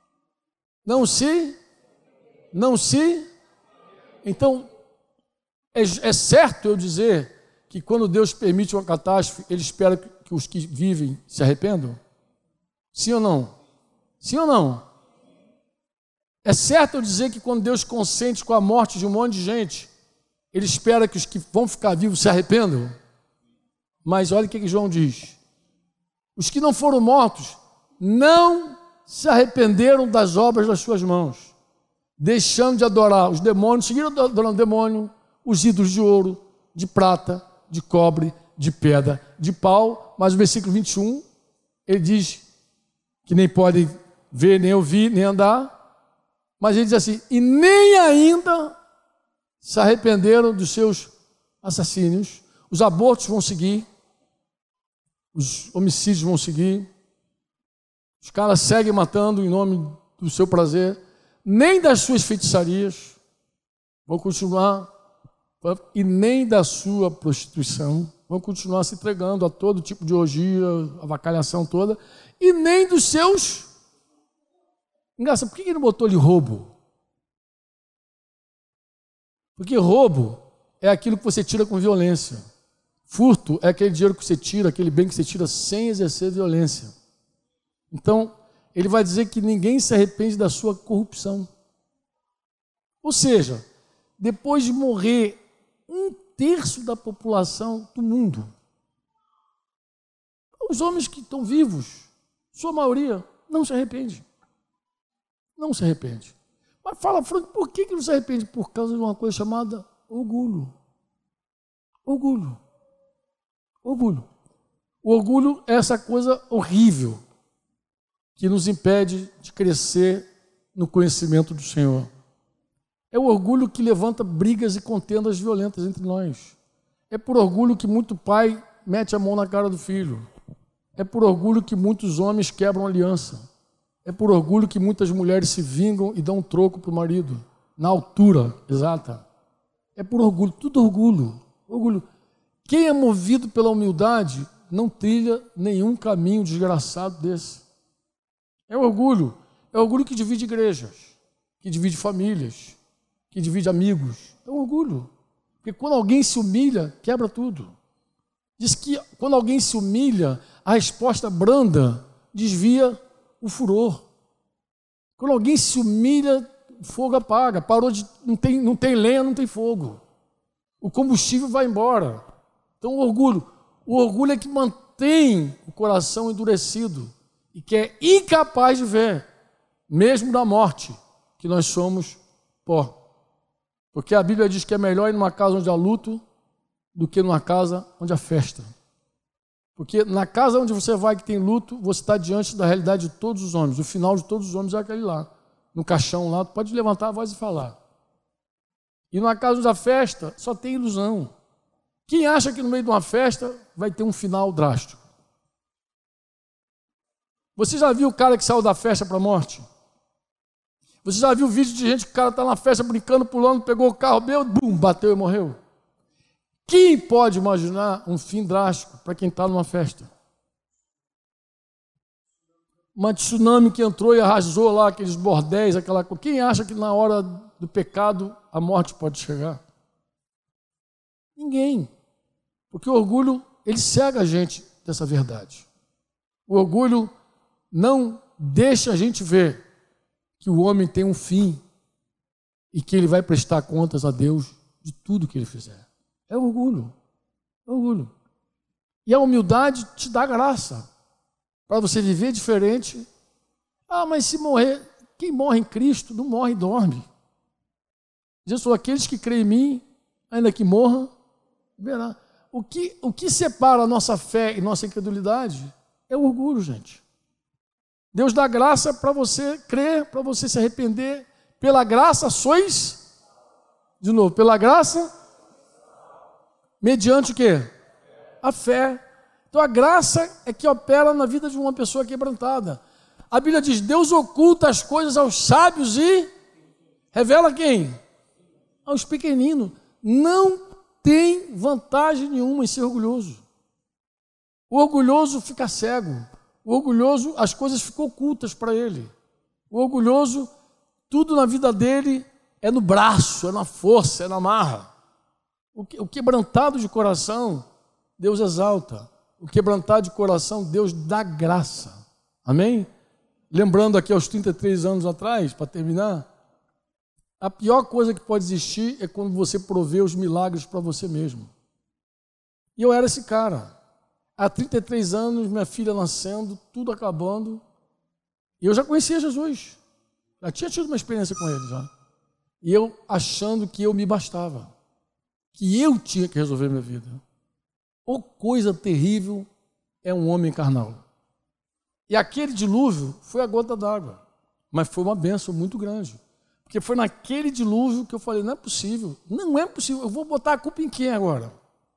então, é certo eu dizer que quando Deus permite uma catástrofe, Ele espera que os que vivem se arrependam? Sim ou não? Sim ou não? É certo eu dizer que quando Deus consente com a morte de um monte de gente, Ele espera que os que vão ficar vivos se arrependam? Mas olha o que João diz. Os que não foram mortos não se arrependeram das obras das suas mãos, deixando de adorar os demônios, seguiram adorando o demônio, os ídolos de ouro, de prata, de cobre, de pedra, de pau. Mas o versículo 21, ele diz que nem podem ver, nem ouvir, nem andar. Mas ele diz assim, e nem ainda se arrependeram dos seus assassínios. Os abortos vão seguir, os homicídios vão seguir, os caras seguem matando em nome do seu prazer, nem das suas feitiçarias vão continuar, e nem da sua prostituição vão continuar se entregando a todo tipo de orgia, avacalhação toda, e nem dos seus... Engraçado, por que ele não botou ali roubo? Porque roubo é aquilo que você tira com violência. Furto é aquele dinheiro que você tira, aquele bem que você tira sem exercer violência. Então, ele vai dizer que ninguém se arrepende da sua corrupção. Ou seja, depois de morrer um terço da população do mundo, os homens que estão vivos, sua maioria, não se arrepende. Não se arrepende. Mas fala, Franco, por que não se arrepende? Por causa de uma coisa chamada orgulho. Orgulho. Orgulho. O orgulho é essa coisa horrível que nos impede de crescer no conhecimento do Senhor. É o orgulho que levanta brigas e contendas violentas entre nós. É por orgulho que muito pai mete a mão na cara do filho. É por orgulho que muitos homens quebram aliança. É por orgulho que muitas mulheres se vingam e dão um troco para o marido, na altura exata. É por orgulho, tudo orgulho. Orgulho. Quem é movido pela humildade não trilha nenhum caminho desgraçado desse. É orgulho que divide igrejas, que divide famílias, que divide amigos. É orgulho. Porque quando alguém se humilha, quebra tudo. Diz que quando alguém se humilha, a resposta branda desvia o furor. Quando alguém se humilha, o fogo apaga. Parou de, não tem lenha, não tem fogo. O combustível vai embora. Então o orgulho é que mantém o coração endurecido e que é incapaz de ver, mesmo na morte, que nós somos pó. Porque a Bíblia diz que é melhor ir numa casa onde há luto do que numa casa onde há festa. Porque na casa onde você vai que tem luto, você está diante da realidade de todos os homens. O final de todos os homens é aquele lá. No caixão lá, tu pode levantar a voz e falar. E numa casa onde há festa, só tem ilusão. Quem acha que no meio de uma festa vai ter um final drástico? Você já viu o cara que saiu da festa para a morte? Você já viu vídeo de gente que o cara está na festa brincando, pulando, pegou o carro, bum, bateu e morreu? Quem pode imaginar um fim drástico para quem está numa festa? Uma tsunami que entrou e arrasou lá aqueles bordéis, aquela coisa. Quem acha que na hora do pecado a morte pode chegar? Ninguém. Porque o orgulho, ele cega a gente dessa verdade. O orgulho não deixa a gente ver que o homem tem um fim e que ele vai prestar contas a Deus de tudo que ele fizer. É orgulho. É orgulho. E a humildade te dá graça para você viver diferente. Ah, mas se morrer, quem morre em Cristo não morre e dorme. Jesus falou, aqueles que creem em mim, ainda que morram, verá. O que separa a nossa fé e nossa incredulidade é o orgulho, gente. Deus dá graça para você crer, para você se arrepender. Pela graça sois, de novo, pela graça, mediante o quê? A fé. Então a graça é que opera na vida de uma pessoa quebrantada. A Bíblia diz, Deus oculta as coisas aos sábios e revela quem? Aos pequeninos. Não tem vantagem nenhuma em ser orgulhoso. O orgulhoso fica cego. O orgulhoso, as coisas ficam ocultas para ele. O orgulhoso, tudo na vida dele é no braço, é na força, é na marra. O quebrantado de coração, Deus exalta. O quebrantado de coração, Deus dá graça. Amém? Lembrando aqui aos 33 anos atrás, para terminar, a pior coisa que pode existir é quando você provê os milagres para você mesmo. E eu era esse cara. Há 33 anos, minha filha nascendo, tudo acabando. E eu já conhecia Jesus. Já tinha tido uma experiência com ele já. E eu achando que eu me bastava. Que eu tinha que resolver minha vida. Ou coisa terrível é um homem carnal. E aquele dilúvio foi a gota d'água. Mas foi uma bênção muito grande. Porque foi naquele dilúvio que eu falei, não é possível. Não é possível. Eu vou botar a culpa em quem agora?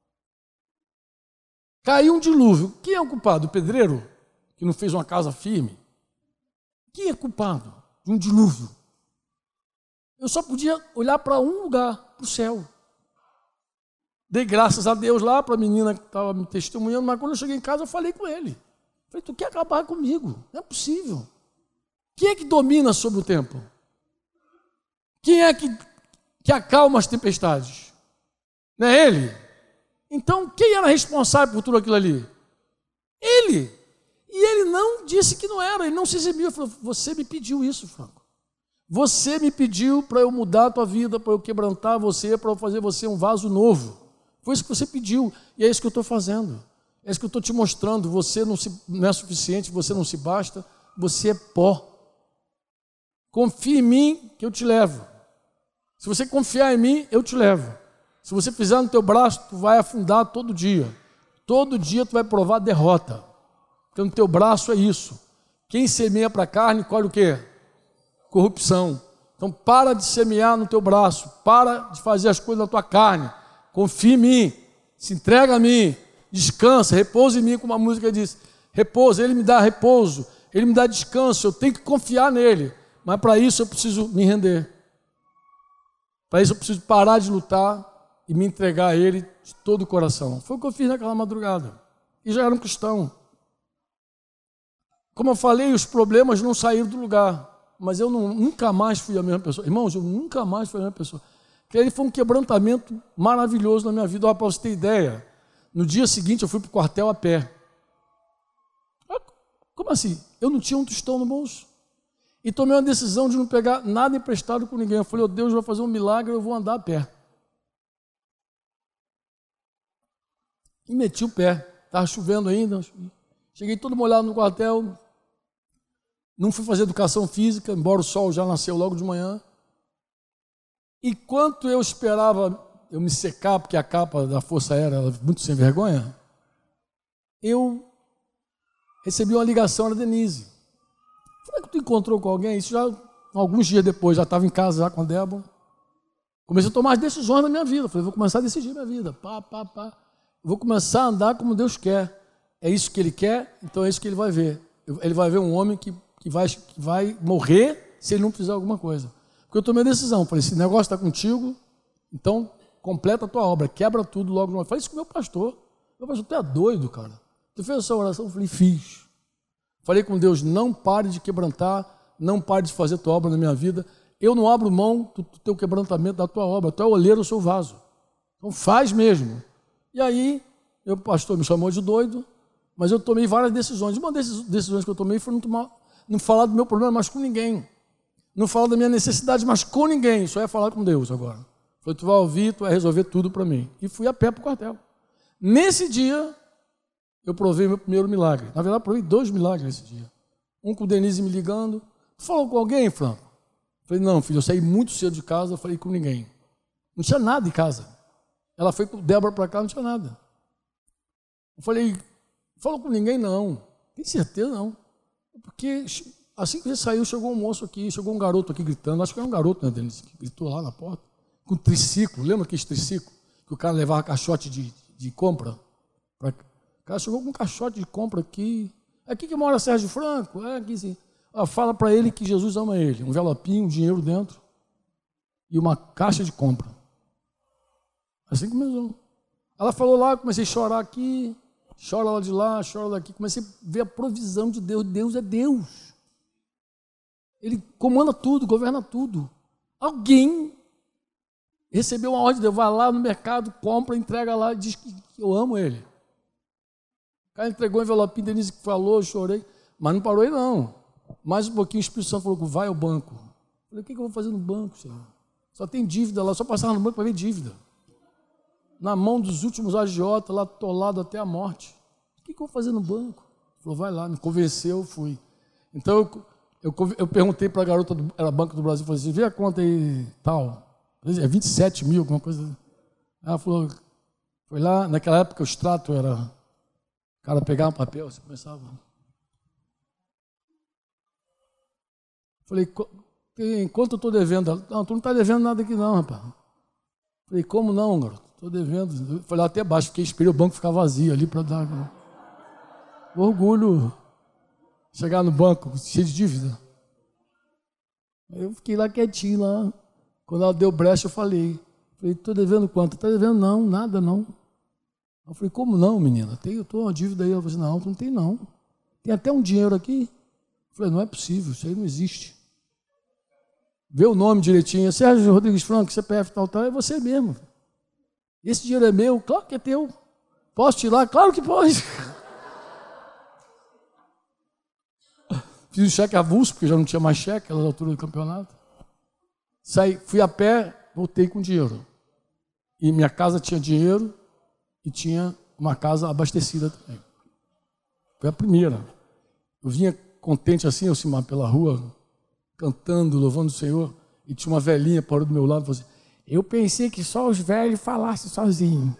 Caiu um dilúvio. Quem é o culpado? O pedreiro? Que não fez uma casa firme? Quem é culpado de um dilúvio? Eu só podia olhar para um lugar, para o céu. Dei graças a Deus lá para a menina que estava me testemunhando, mas quando eu cheguei em casa eu falei com ele. Falei, tu quer acabar comigo? Não é possível. Quem é que domina sobre o tempo? Quem é que acalma as tempestades? Não é ele? Então, quem era responsável por tudo aquilo ali? Ele. E ele não disse que não era, ele não se exibiu. Ele falou, você me pediu isso, Franco. Você me pediu para eu mudar a tua vida, para eu quebrantar você, para eu fazer você um vaso novo. Foi isso que você pediu, e é isso que eu estou fazendo. É isso que eu estou te mostrando. Você não é suficiente, você não se basta, você é pó. Confia em mim que eu te levo. Se você confiar em mim, eu te levo. Se você fizer no teu braço, tu vai afundar todo dia. Todo dia tu vai provar derrota. Porque no teu braço é isso. Quem semeia para a carne, colhe o quê? corrupção. Então, para de semear no teu braço, para de fazer as coisas na tua carne, confia em mim, se entrega a mim, descansa, repousa em mim, como a música diz, repousa, Ele me dá repouso, Ele me dá descanso, eu tenho que confiar nele, mas para isso eu preciso me render, para isso eu preciso parar de lutar e me entregar a Ele de todo o coração. Foi o que eu fiz naquela madrugada, e já era um cristão. Como eu falei, os problemas não saíram do lugar, mas eu nunca mais fui a mesma pessoa. Irmãos, eu nunca mais fui a mesma pessoa. Porque ele foi um quebrantamento maravilhoso na minha vida. Olha, para você ter ideia, no dia seguinte eu fui para o quartel a pé. Como assim? Eu não tinha um tostão no bolso. E tomei uma decisão de não pegar nada emprestado com ninguém. Eu falei, oh, Deus vai fazer um milagre, eu vou andar a pé. E meti o pé. Estava chovendo ainda. Cheguei todo molhado no quartel. Não fui fazer educação física, embora o sol já nasceu logo de manhã. E quanto eu esperava eu me secar, porque a capa da Força Aérea era muito sem vergonha, eu recebi uma ligação da Denise. Falei que tu encontrou com alguém? Isso já alguns dias depois, já estava em casa já com a Débora. Comecei a tomar as decisões da minha vida. Falei, vou começar a decidir minha vida. Vou começar a andar como Deus quer. É isso que Ele quer, então é isso que Ele vai ver. Ele vai ver um homem que vai morrer se ele não fizer alguma coisa. Porque eu tomei a decisão, falei, esse negócio está contigo, então completa a tua obra, quebra tudo logo de uma vez. Falei isso com o meu pastor. Meu pastor, tu é doido, cara. Tu fez essa oração? Eu falei, fiz. Falei com Deus, não pare de quebrantar, não pare de fazer a tua obra na minha vida. Eu não abro mão do teu quebrantamento da tua obra. Tu é o oleiro, eu sou o vaso. Então faz mesmo. E aí, meu pastor me chamou de doido, mas eu tomei várias decisões. Uma das decisões que eu tomei foi não falar do meu problema mais com ninguém. Não falar da minha necessidade mais com ninguém. Só ia falar com Deus agora. Falei, tu vai ouvir, tu vai resolver tudo para mim. E fui a pé para o quartel. Nesse dia, eu provei meu primeiro milagre. Na verdade, provei 2 milagres nesse dia. Um com o Denise me ligando. Tu falou com alguém, Franco? Falei, não, filho, eu saí muito cedo de casa, falei com ninguém. Não tinha nada em casa. Ela foi com Débora para cá, não tinha nada. Eu falei, falou com ninguém? Não. Tem certeza? Não. Porque assim que ele saiu, chegou um moço aqui, chegou um garoto aqui gritando, acho que era um garoto, né, Denise, que gritou lá na porta, com triciclo, lembra aquele triciclo? Que o cara levava caixote de compra? O cara chegou com um caixote de compra aqui. É aqui que mora Sérgio Franco? É aqui sim. Fala para ele que Jesus ama ele. Um envelopinho, um dinheiro dentro e uma caixa de compra. Assim começou. Ela falou lá, comecei a chorar aqui, chora lá de lá, chora daqui. Comecei a ver a provisão de Deus. Deus é Deus. Ele comanda tudo, governa tudo. Alguém recebeu uma ordem de Deus, vai lá no mercado, compra, entrega lá e diz que eu amo ele. O cara entregou o envelopinho, Denise que falou, eu chorei, mas não parou aí não. Mais um pouquinho o Espírito Santo falou, vai ao banco. Eu falei, o que eu vou fazer no banco, Senhor? Só tem dívida lá, só passar no banco para ver dívida. Na mão dos últimos agiotas, lá atolado até a morte. O que eu vou fazer no banco? Ele falou, vai lá, me convenceu, eu fui. Então eu perguntei para a garota, era Banco do Brasil, falei assim, vê a conta aí, tal. É 27 mil, alguma coisa. Ela falou, foi lá, naquela época o extrato era, o cara pegava um papel, você começava. Falei, quanto eu estou devendo? Ela, não, tu não está devendo nada aqui não, rapaz. Falei, como não, garoto? Estou devendo. Eu falei até baixo, porque esperei o banco ficar vazio ali para dar orgulho. Chegar no banco cheio de dívida. Eu fiquei lá quietinho lá. Quando ela deu brecha, eu falei, estou devendo quanto? Está devendo não, nada não. Eu falei, como não, menina? Eu estou uma dívida aí. Ela falou assim, não, tu não tem não. Tem até um dinheiro aqui. Eu falei, não é possível, isso aí não existe. Vê o nome direitinho, Sérgio Rodrigues Franco, CPF tal, é você mesmo. Esse dinheiro é meu? Claro que é teu. Posso tirar? Claro que pode. Fiz um cheque avulso, porque já não tinha mais cheque, aquela altura do campeonato. Saí, fui a pé, voltei com dinheiro. E minha casa tinha dinheiro e tinha uma casa abastecida também. Foi a primeira. Eu vinha contente assim, eu assim, pela rua, cantando, louvando o Senhor, e tinha uma velhinha parou do meu lado e falou assim, eu pensei que só os velhos falassem sozinhos.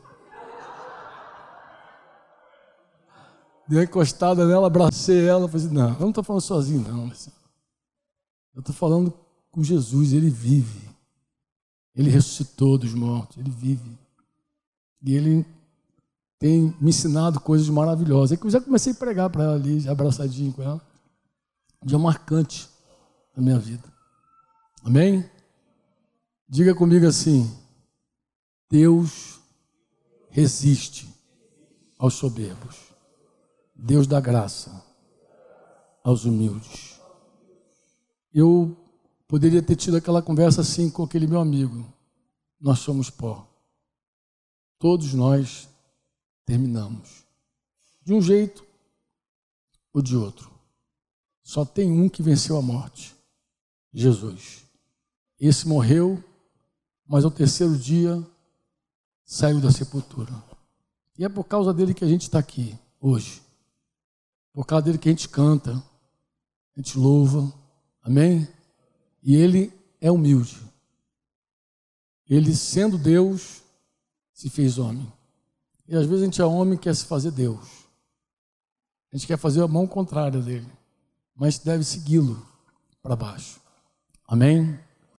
Dei uma encostada nela, abracei ela, falei assim, não, eu não estou falando sozinho, não. Eu estou falando com Jesus, ele vive. Ele ressuscitou dos mortos, ele vive. E ele tem me ensinado coisas maravilhosas. É que eu já comecei a pregar para ela ali, abraçadinho com ela. Um dia marcante na minha vida. Amém? Diga comigo assim: Deus resiste aos soberbos. Deus dá graça aos humildes. Eu poderia ter tido aquela conversa assim com aquele meu amigo. Nós somos pó. Todos nós terminamos. De um jeito ou de outro. Só tem um que venceu a morte. Jesus. Esse morreu, mas ao terceiro dia saiu da sepultura. E é por causa dele que a gente está aqui hoje. Por causa dele que a gente canta, a gente louva. Amém? E ele é humilde. Ele, sendo Deus, se fez homem. E às vezes a gente é homem e quer se fazer Deus. A gente quer fazer a mão contrária dele. Mas deve segui-lo para baixo. Amém?